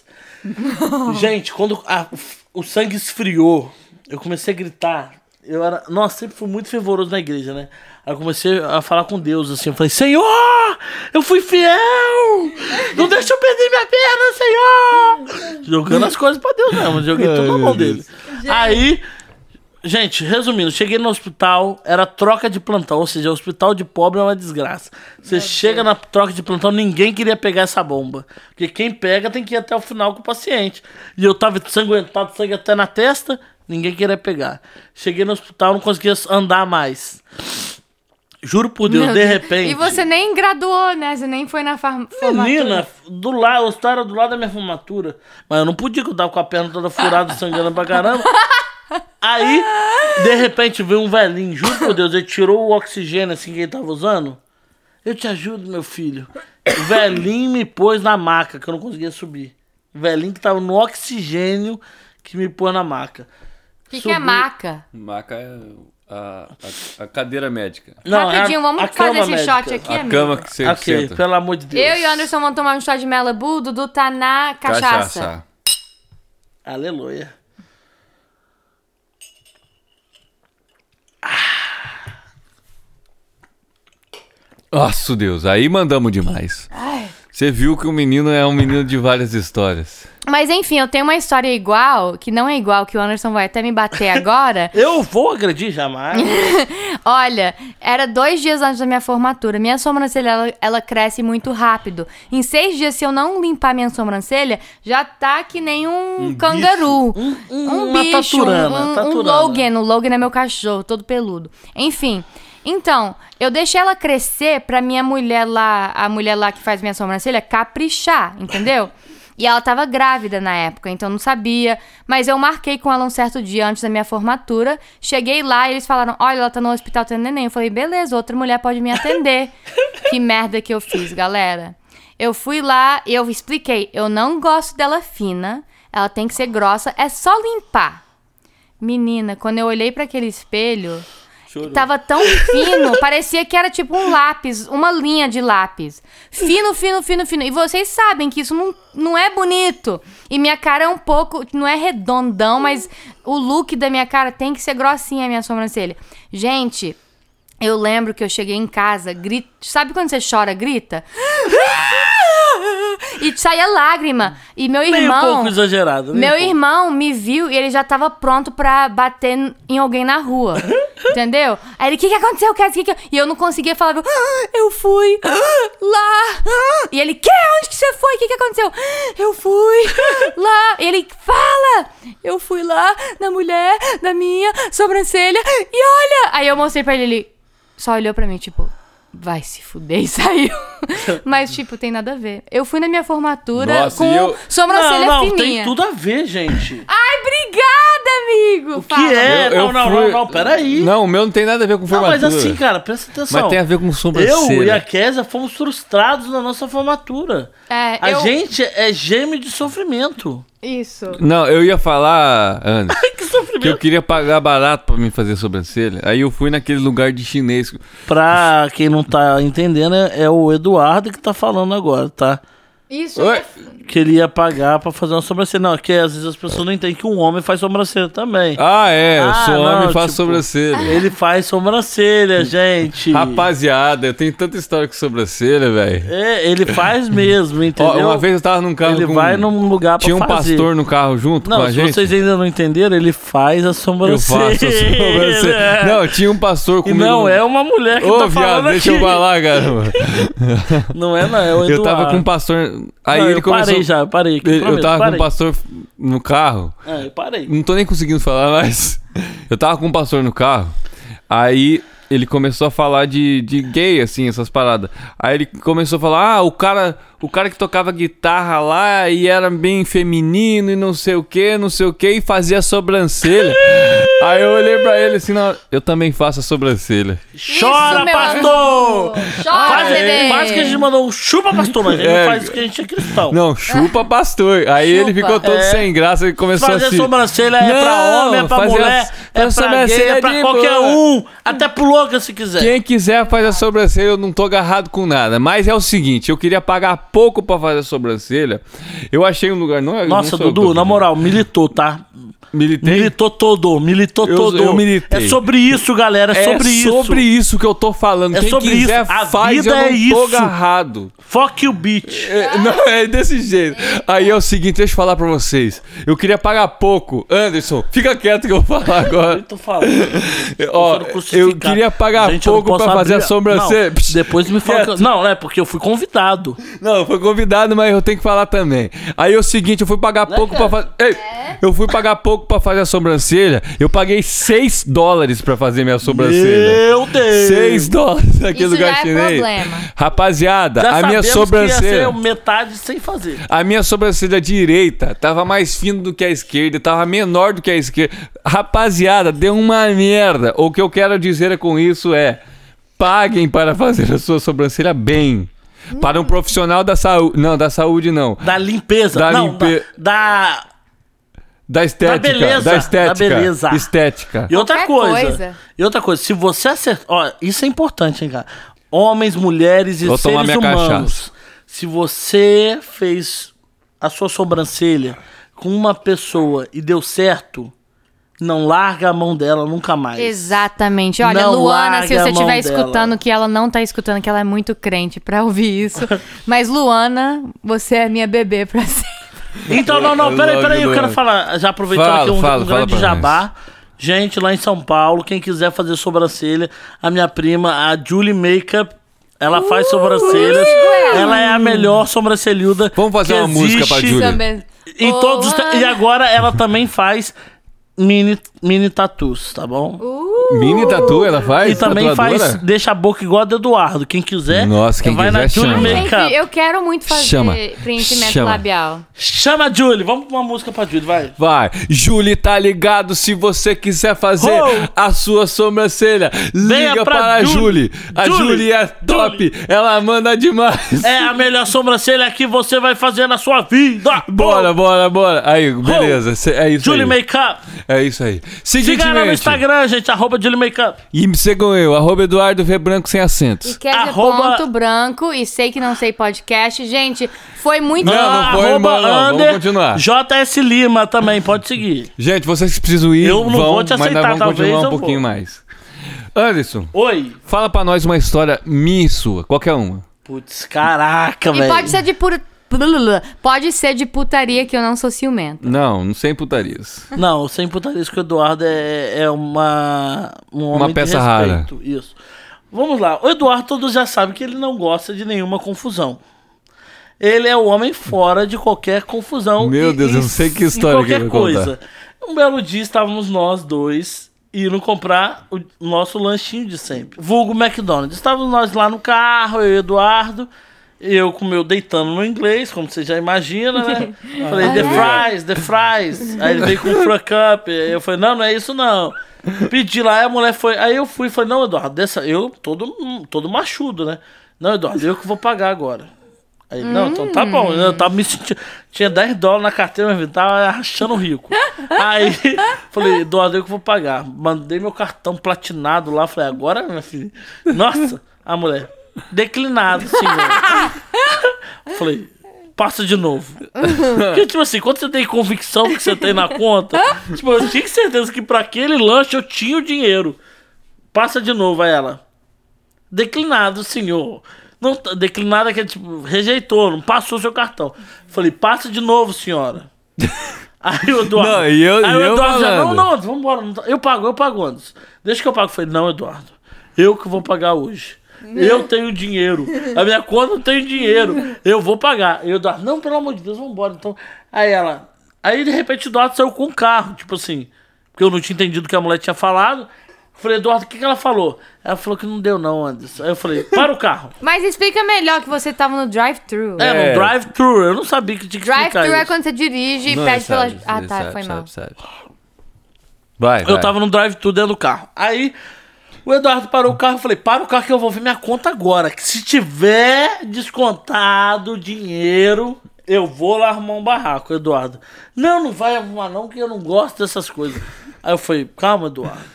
Gente, quando a- o sangue esfriou, eu comecei a gritar. Eu era, nossa, sempre fui muito fervoroso na igreja, né? Aí eu comecei a falar com Deus, assim, eu falei, Senhor, eu fui fiel! Não deixa eu perder minha perna, Senhor! Jogando as coisas pra Deus mesmo, joguei tudo na mão dele. Aí, gente, resumindo, cheguei no hospital, era troca de plantão, ou seja, o hospital de pobre é uma desgraça. Você chega na troca de plantão, ninguém queria pegar essa bomba. Porque quem pega tem que ir até o final com o paciente. E eu tava ensanguentado, sangue até na testa, ninguém queria pegar. Cheguei no hospital, não conseguia andar mais. Juro por Deus, Meu de Deus. repente. E você nem graduou, né? Você nem foi na far- formatura. Menina, do lado, o hospital era do lado da minha formatura. Mas eu não podia, que eu tava com a perna toda furada, sangrando pra caramba. Aí, de repente, veio um velhinho, juro por Deus, ele tirou o oxigênio assim que ele tava usando. Eu te ajudo, meu filho. O velhinho me pôs na maca, que eu não conseguia subir. O velhinho que tava no oxigênio que me pôs na maca. O que, que é Subi- maca? Maca é a, a, a cadeira médica. Não, é a- Rapidinho, vamos a fazer cama esse médica. shot aqui, A amigo. cama que você Ok, senta. pelo amor de Deus. Eu e o Anderson vamos tomar um shot de Malibu, Dudu tá na cachaça. Aleluia. Nossa, Deus, aí mandamos demais. Ai. Você viu que o menino é um menino de várias histórias. Mas enfim, eu tenho uma história igual, que não é igual, que o Anderson vai até me bater agora. Eu vou agredir jamais. Olha, era dois dias antes da minha formatura. Minha sobrancelha, ela, ela cresce muito rápido. Em seis dias, se eu não limpar minha sobrancelha, já tá que nem um, cangaru. Um- um- um uma bicho, taturana, um, um taturana. Logan. O Logan é meu cachorro, todo peludo. Enfim, então, eu deixei ela crescer pra minha mulher lá, a mulher lá que faz minha sobrancelha, caprichar, entendeu? E ela tava grávida na época, então não sabia. Mas eu marquei com ela um certo dia antes da minha formatura. Cheguei lá e eles falaram, olha, ela tá no hospital tendo neném. Eu falei, beleza, outra mulher pode me atender. Que merda que eu fiz, galera. Eu fui lá e eu expliquei. Eu não gosto dela fina. Ela tem que ser grossa. É só limpar. Menina, quando eu olhei pra aquele espelho... Chorou. Tava tão fino, parecia que era tipo um lápis, uma linha de lápis. Fino, fino, fino, fino. E vocês sabem que isso não, não é bonito. E minha cara é um pouco, não é redondão, mas o look da minha cara tem que ser grossinha, a minha sobrancelha. Gente, eu lembro que eu cheguei em casa, grito, sabe quando você chora, grita? E saía lágrima. E meu irmão... Meio um pouco exagerado. Meu um irmão me viu e ele já tava pronto pra bater em alguém na rua. Entendeu? Aí ele, o que que aconteceu? Que que... E eu não conseguia falar. Ah, eu fui ah, lá. Ah. E ele, que? Onde que você foi? O que que aconteceu? Eu fui lá. E ele, fala. Eu fui lá na mulher da minha sobrancelha. E olha. Aí eu mostrei pra ele, ele só olhou pra mim, tipo... Vai se fuder e saiu. Mas, tipo, tem nada a ver. Eu fui na minha formatura Nossa, com eu... sobrancelha não, não, fininha. Tem tudo a ver, gente. Ai, obrigada, amigo. O que Fala. é? Eu, eu não, não, fui... não, não, peraí. Não, o meu não tem nada a ver com formatura. Não, mas assim, cara, presta atenção. Mas tem a ver com sobrancelha. Eu e a Kézia fomos frustrados na nossa formatura. É, a eu... gente é gêmeo de sofrimento. Isso. Não, eu ia falar antes. Que sofrimento. Que eu queria pagar barato pra me fazer sobrancelha. Aí eu fui naquele lugar de chinês. Pra quem não tá entendendo, é o Eduardo que tá falando agora, tá? Isso. Oi? É... Que ele ia pagar pra fazer uma sobrancelha. Não, que às vezes as pessoas não entendem que um homem faz sobrancelha também. Ah, é. Eu Ah, sou não, homem e faço tipo, sobrancelha. Ele faz sobrancelha, gente. Rapaziada, eu tenho tanta história com sobrancelha, velho. É, ele faz mesmo, entendeu? Ó, uma vez eu tava num carro Ele com... vai num lugar pra Tinha um fazer. pastor no carro junto Não, com a se gente. vocês ainda não entenderam, ele faz a Eu sobrancelha. faço a sobrancelha. Não, tinha um pastor E comigo. não, é uma mulher que Ô, tá viado, falando deixa aqui. eu falar, caramba. Não é, não, é o Eduardo. Eu tava com um pastor... Aí Não, ele eu começou... parei já, eu parei. Aqui, Ele- prometo, eu tava parei. com um pastor no carro. É, eu parei. Não tô nem conseguindo falar mais. Eu tava com um pastor no carro. Aí ele começou a falar de, de gay, assim, essas paradas. Aí ele começou a falar, ah, o cara, o cara que tocava guitarra lá e era bem feminino e não sei o que, não sei o que, e fazia sobrancelha. Aí eu olhei pra ele assim, não, eu também faço a sobrancelha. Chora, Isso, meu pastor! amor. Chora, Quase, bebê. quase que a gente mandou um chupa, pastor, mas a gente É. não faz isso que a gente é cristão. Não, chupa pastor. Aí Chupa. ele ficou todo É. sem graça e começou Fazer assim. sobrancelha é pra Não, homem, é pra fazer mulher, a- é fazer pra gay, sobrancelha é pra de qualquer boa. um. Até pro louca se quiser. Quem quiser faz a sobrancelha, eu não tô agarrado com nada. Mas é o seguinte, eu queria pagar pouco pra fazer a sobrancelha. Eu achei um lugar... Não, é- Nossa, não sou eu que Dudu, tô na falando. moral, militou, tá? Militei? Militou todo, militou Eu- todo. eu militei. É sobre isso, galera, é, É sobre isso. sobre isso que eu tô falando. É Quem sobre quiser isso. A faz, vida eu não é tô isso. agarrado. Fuck you, bitch. É, não, é desse jeito. Aí é o seguinte, deixa eu falar pra vocês. Eu queria pagar pouco. Anderson, fica quieto que eu vou falar agora. Eu tô falando. Ó, sendo crucificado. eu queria pagar Gente, eu não pouco posso pra fazer abrir- a sobrancelha. Não, depois me fala. Quieto. Que... Não, é porque eu fui convidado. Não, eu fui convidado, mas eu tenho que falar também. Aí é o seguinte, eu fui pagar pouco pra fazer... Ei, eu fui pagar pouco pra fazer a sobrancelha. Eu paguei seis dólares pra fazer minha sobrancelha. Meu Deus. seis dólares naquele Isso lugar já é chinês. problema. Rapaziada, Já a minha sabemos sobrancelha... que ia ser metade sem fazer. A minha sobrancelha direita tava mais fina do que a esquerda, tava menor do que a esquerda. Rapaziada, deu uma merda. O que eu quero dizer com isso é: paguem para fazer a sua sobrancelha bem. Para um profissional da saúde. Não, da saúde não. Da limpeza. Da não, limpe- da... da... Da estética. Da beleza, Da estética. da beleza. Estética. E outra Qualquer coisa, coisa. E outra coisa, se você acertar... Ó, isso é importante, hein, cara. Homens, mulheres e Vou tomar seres minha humanos. cachaça. Se você fez a sua sobrancelha com uma pessoa e deu certo, não larga a mão dela nunca mais. Exatamente. Olha, Não Luana, se larga você a mão estiver dela. escutando, que ela não tá escutando, que ela é muito crente pra ouvir isso. Mas, Luana, você é minha bebê pra sempre. Então, não, não, peraí, peraí, eu Logo, quero logo. falar, já aproveitando Fala, aqui um, fala, um fala grande pra jabá. Gente, lá em São Paulo, quem quiser fazer sobrancelha, a minha prima, a Julie Makeup, ela faz sobrancelhas. isso, Ela é a melhor sobrancelhuda. Vamos fazer que uma música pra existe Júlia. Também. Em Ô, todos os te- Ana. E agora ela também faz mini, mini tatus, tá bom? Uh, Mini tatu ela faz? E também Tatuadora? faz, deixa a boca igual a do Eduardo. Quem quiser, Nossa, quem vai quiser, na Julie chama. gente, Makeup. eu quero muito fazer Chama. preenchimento Chama. labial. Chama a Julie, vamos pra uma música pra Julie, vai. Vai, Julie, tá ligado? Se você quiser fazer Oh. a sua sobrancelha, Venha liga pra para a Julie. Julie. A Julie. Julie é top, ela manda demais. É a melhor sobrancelha que você vai fazer na sua vida. Bora, bora, bora. Aí, beleza, cê- é isso Julie aí. Makeup. É isso aí. Siga ela no Seguinte, Instagram, gente, arroba Julie Makeup. e me sigam eu, arroba Eduardo V Branco sem E acentos. quer dizer Arroba- ponto branco e sei que não sei podcast. Gente, foi muito... Não, não foi, Arroba irmão, não. Vamos under continuar. J S Lima também, pode seguir. Gente, vocês que precisam ir, Eu não vão, vou te mas aceitar, nós vamos talvez continuar um eu pouquinho vou. mais. Anderson, Oi. fala pra nós uma história minha e sua, qualquer uma. Putz, caraca, E velho. pode ser de pura... Pode ser de putaria que eu não sou ciumenta. Não, não sem putarias. Não, sem putaria, isso que o Eduardo é, é uma... Um homem Uma de peça respeito. Isso. Vamos lá. O Eduardo, todos já sabem que ele não gosta de nenhuma confusão. Ele é o homem fora de qualquer confusão. Meu e- Deus, e- eu não sei que e história que qualquer ele vai coisa. Um belo dia estávamos nós dois indo comprar o nosso lanchinho de sempre. Vulgo McDonald's. Estávamos nós lá no carro, eu e o Eduardo. Eu com o meu deitando no inglês, como você já imagina, né? Falei, the fries, the fries. Aí ele veio com o front up. Eu falei, não, não é isso não. Pedi lá, aí a mulher foi. Aí eu fui e falei, não, Eduardo, dessa. Eu todo, todo machudo, né? Não, Eduardo, eu que vou pagar agora. Aí, não, então tá bom. Eu tava me sentindo. Tinha dez dólares na carteira, mas tava rachando rico. Aí, falei, Eduardo, eu que vou pagar. Mandei meu cartão platinado lá. Falei, agora, minha filha. Nossa, a mulher. Declinado, senhor. Falei, passa de novo. Porque, tipo assim, quando você tem convicção que você tem na conta, tipo, eu tinha certeza que pra aquele lanche eu tinha o dinheiro. Passa de novo, aí ela. Declinado, senhor. Não, declinado é que, tipo, rejeitou, não passou seu cartão. Falei, passa de novo, senhora. Aí o Eduardo. Não, e eu- aí e o eu Eduardo já, não, falando. não, vamos embora. não tá- Eu pago, eu pago antes. Deixa que eu pago. Falei, não, Eduardo. Eu que vou pagar hoje. Eu tenho dinheiro. A minha conta não tem dinheiro. Eu vou pagar. E o Eduardo, não, pelo amor de Deus, vamos embora. Então, aí ela. Aí de repente o Eduardo saiu com o carro, tipo assim. Porque eu não tinha entendido o que a mulher tinha falado. Eu falei, Eduardo, o que, que ela falou? Ela falou que não deu, não, Anderson. Aí eu falei, para o carro. Mas explica melhor que você tava no drive-thru. É, É. no drive-thru. Eu não sabia que tinha que explicar Drive-thru é isso. quando você dirige e Não, pede pela... sabe, Ah, sabe, tá, sabe, foi sabe, mal. sabe. Vai, vai. Eu tava no drive-thru dentro do carro. Aí o Eduardo parou o carro e falei, para o carro que eu vou ver minha conta agora. Que se tiver descontado dinheiro, eu vou lá arrumar um barraco, Eduardo. Não, não vai arrumar não, que eu não gosto dessas coisas. Aí eu falei, calma, Eduardo.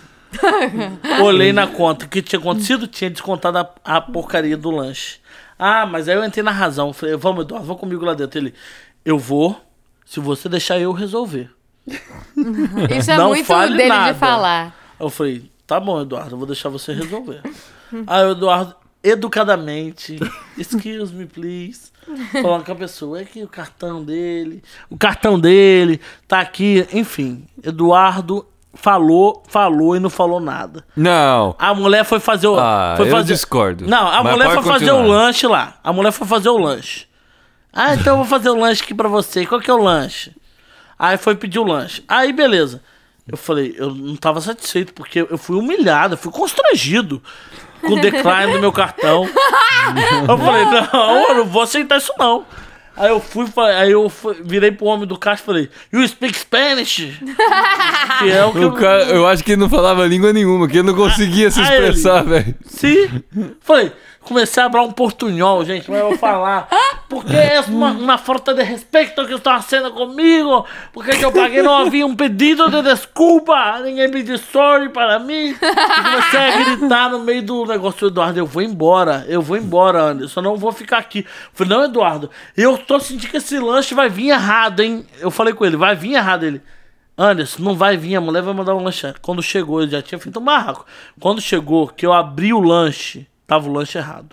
Olhei na conta. O que tinha acontecido? Tinha descontado a, a porcaria do lanche. Ah, mas aí eu entrei na razão. Falei, vamos, Eduardo, vamos comigo lá dentro. Ele, eu vou, se você deixar eu resolver. Isso é Não muito fale dele nada. de falar. Aí eu falei, tá bom, Eduardo, eu vou deixar você resolver. Aí o Eduardo, educadamente, excuse me, please, falando com a pessoa, é que o cartão dele, o cartão dele tá aqui, enfim. Eduardo falou, falou e não falou nada. Não. A mulher foi fazer o... Ah, foi eu fazer... discordo. Não, a Mas mulher foi pode fazer o continuar. lanche lá. A mulher foi fazer o lanche. Ah, então eu vou fazer o lanche aqui pra você. Qual que é o lanche? Aí foi pedir o lanche. Aí, beleza. Eu falei, eu não tava satisfeito, porque eu fui humilhado, eu fui constrangido com o decline do meu cartão. Eu falei, não, eu não vou aceitar isso não. Aí eu fui, fa- aí eu fui- virei pro homem do caixa e falei, you speak Spanish? Que é o que O eu... cara, eu acho que ele não falava língua nenhuma, que ele não conseguia se Ah, ele- expressar, velho. Sim. Falei, comecei a falar um portunhol, gente, mas eu vou falar. Porque é uma, uma falta de respeito que está sendo comigo. Porque que eu paguei, não havia um pedido de desculpa. Ninguém pediu sorry para mim. E comecei a gritar no meio do negócio. Eduardo, eu vou embora. Eu vou embora, Anderson. Eu não vou ficar aqui. Falei, não, Eduardo, eu tô sentindo que esse lanche vai vir errado, hein? Eu falei com ele, vai vir errado. Ele, Anderson, não vai vir, a mulher vai mandar um lanche. Quando chegou, ele já tinha feito um barraco. Quando chegou, que eu abri o lanche, tava o lanche errado.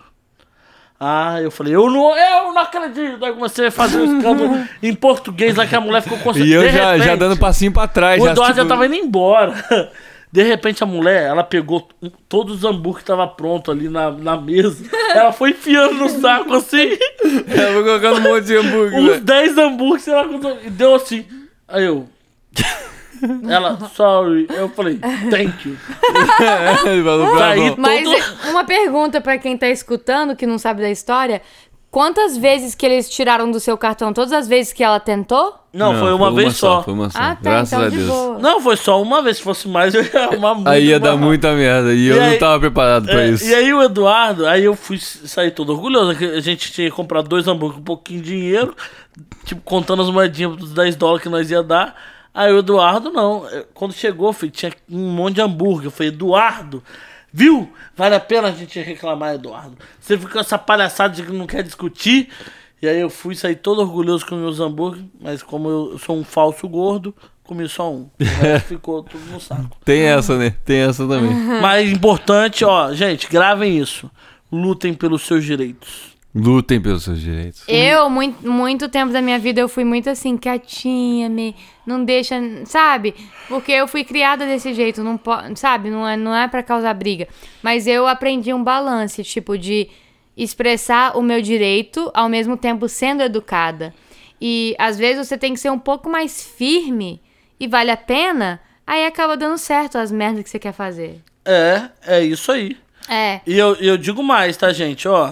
Ah, eu falei, eu não, eu não acredito. Aí comecei a fazer um escândalo em português lá que a mulher ficou constrangida. E eu De já, repente, já dando passinho pra trás. o já, Eduardo já tipo, tava indo embora. De repente a mulher, ela pegou todos os hambúrguer que tava pronto ali na, na mesa. Ela foi enfiando no saco assim. Eu vou colocando um monte de hambúrguer, Uns velho. dez hambúrgueres, sei lá, quanto- e deu assim. Aí eu. Ela, sorry. Eu falei, thank you. Ele falou pra Aí, mão. Mas Todo- uma pergunta pra quem tá escutando, que não sabe da história. Quantas vezes que eles tiraram do seu cartão? Todas as vezes que ela tentou? Não, foi uma vez só. Foi uma só. Ah, tá, Graças então a de Deus. boa. Não, foi só uma vez. Se fosse mais, eu ia arrumar muito. Aí ia dar mais. muita merda. E, E eu aí- não tava preparado pra É, isso. E aí o Eduardo, aí eu fui sair todo orgulhoso, que a gente tinha comprado dois hambúrgueres com um pouquinho de dinheiro, tipo, contando as moedinhas dos dez dólares que nós ia dar. Aí o Eduardo não. Quando chegou, filho, tinha um monte de hambúrguer. Eu falei, Eduardo, viu? Vale a pena a gente reclamar, Eduardo. Você fica com essa palhaçada de que não quer discutir. E aí eu fui sair todo orgulhoso com meus hambúrgueres, mas como eu sou um falso gordo, comi só um. O resto ficou tudo no saco. Tem essa, né? Tem essa também. Mas importante, ó, gente, gravem isso. Lutem pelos seus direitos. Lutem pelos seus direitos. Eu, muito, muito tempo da minha vida, eu fui muito assim, quietinha, me, não deixa, sabe? Porque eu fui criada desse jeito, não pode, sabe? Não é, não é pra causar briga. Mas eu aprendi um balance, tipo, de expressar o meu direito, ao mesmo tempo sendo educada. E, às vezes, você tem que ser um pouco mais firme e vale a pena, aí acaba dando certo as merdas que você quer fazer. É, é isso aí. É. E eu, eu digo mais, tá, gente? Ó,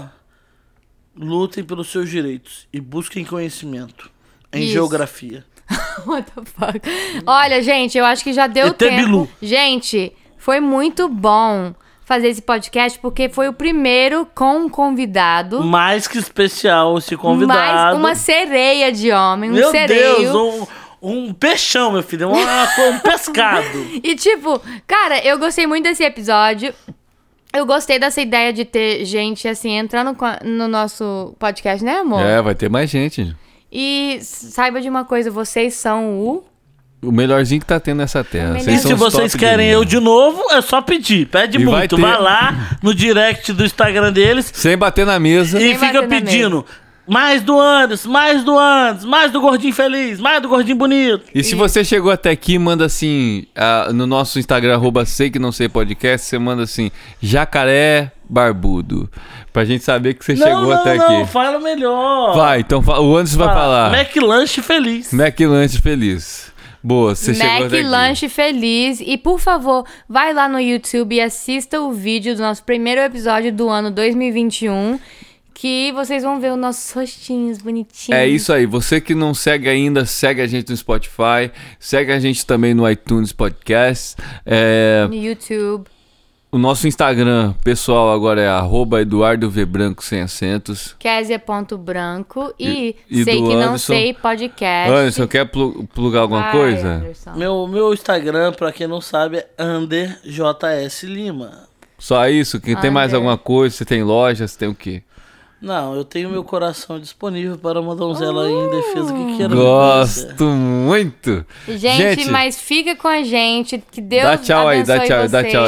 lutem pelos seus direitos e busquem conhecimento em Isso. geografia. What the fuck? Olha, gente, eu acho que já deu E T. Bilu. tempo. Gente, foi muito bom fazer esse podcast, porque foi o primeiro com um convidado. Mais que especial esse convidado. Mais uma sereia de homem, um Meu sereio. Deus, um, um peixão, meu filho. Um, um pescado. E tipo, cara, eu gostei muito desse episódio. Eu gostei dessa ideia de ter gente, assim, entrando com a- no nosso podcast, né, amor? É, vai ter mais gente. E saiba de uma coisa, vocês são o... O melhorzinho que tá tendo nessa terra. melhor- Vocês E são se os vocês top querem de eu linha. de novo, é só pedir. Pede E vai muito. ter. Vai lá no direct do Instagram deles Sem bater na mesa. e Sem fica bater na pedindo. Mais do Anderson, mais do Anderson, mais do gordinho feliz, mais do gordinho bonito. E se você chegou até aqui, manda assim, ah, no nosso Instagram, arroba sei que não sei podcast, você manda assim, jacaré barbudo. Pra gente saber que você Não, chegou não, até não, aqui. fala melhor. Vai, então fa- o Anderson vai falar. Mac Lanche feliz. McLanche feliz. Boa, você chegou Mac até aqui. Lanche Feliz. E, por favor, vai lá no YouTube e assista o vídeo do nosso primeiro episódio do ano dois mil e vinte e um, que vocês vão ver os nossos rostinhos bonitinhos. É isso aí. Você que não segue ainda, segue a gente no Spotify. Segue a gente também no iTunes Podcast. É, No YouTube. o nosso Instagram pessoal agora é arroba Eduardo V Branco sem acentos. Kézia.branco e, E- e Sei do Que Não Anderson? Sei Podcast. Anderson, quer plu- plugar alguma Vai, coisa? Anderson. Meu, meu Instagram, pra quem não sabe, é Under J S Lima. Só isso? Que tem mais Ander. alguma coisa? Você tem loja? Você tem o quê? Não, eu tenho meu coração disponível para uma donzela aí em defesa que queira me Gosto conhecer. muito. Gente, mas fica com a gente. Que Deus Dá tchau aí, dá abençoe tchau, dá vocês. tchau aí.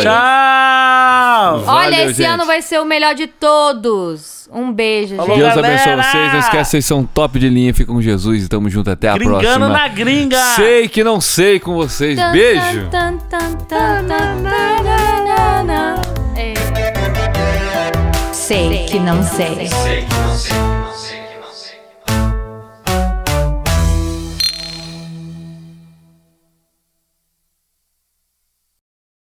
Tchau! Olha, Valeu, esse gente. ano vai ser o melhor de todos. Um beijo, Falou, gente. Deus galera! abençoe vocês. Não esquece, vocês são top de linha. Fica com Jesus e tamo junto. Até a Gringando próxima. na gringa! Sei que não sei com vocês. Tan, Beijo. tan, tan, tan, tan, tan, É. Sei que não sei. Sei que não sei, não sei.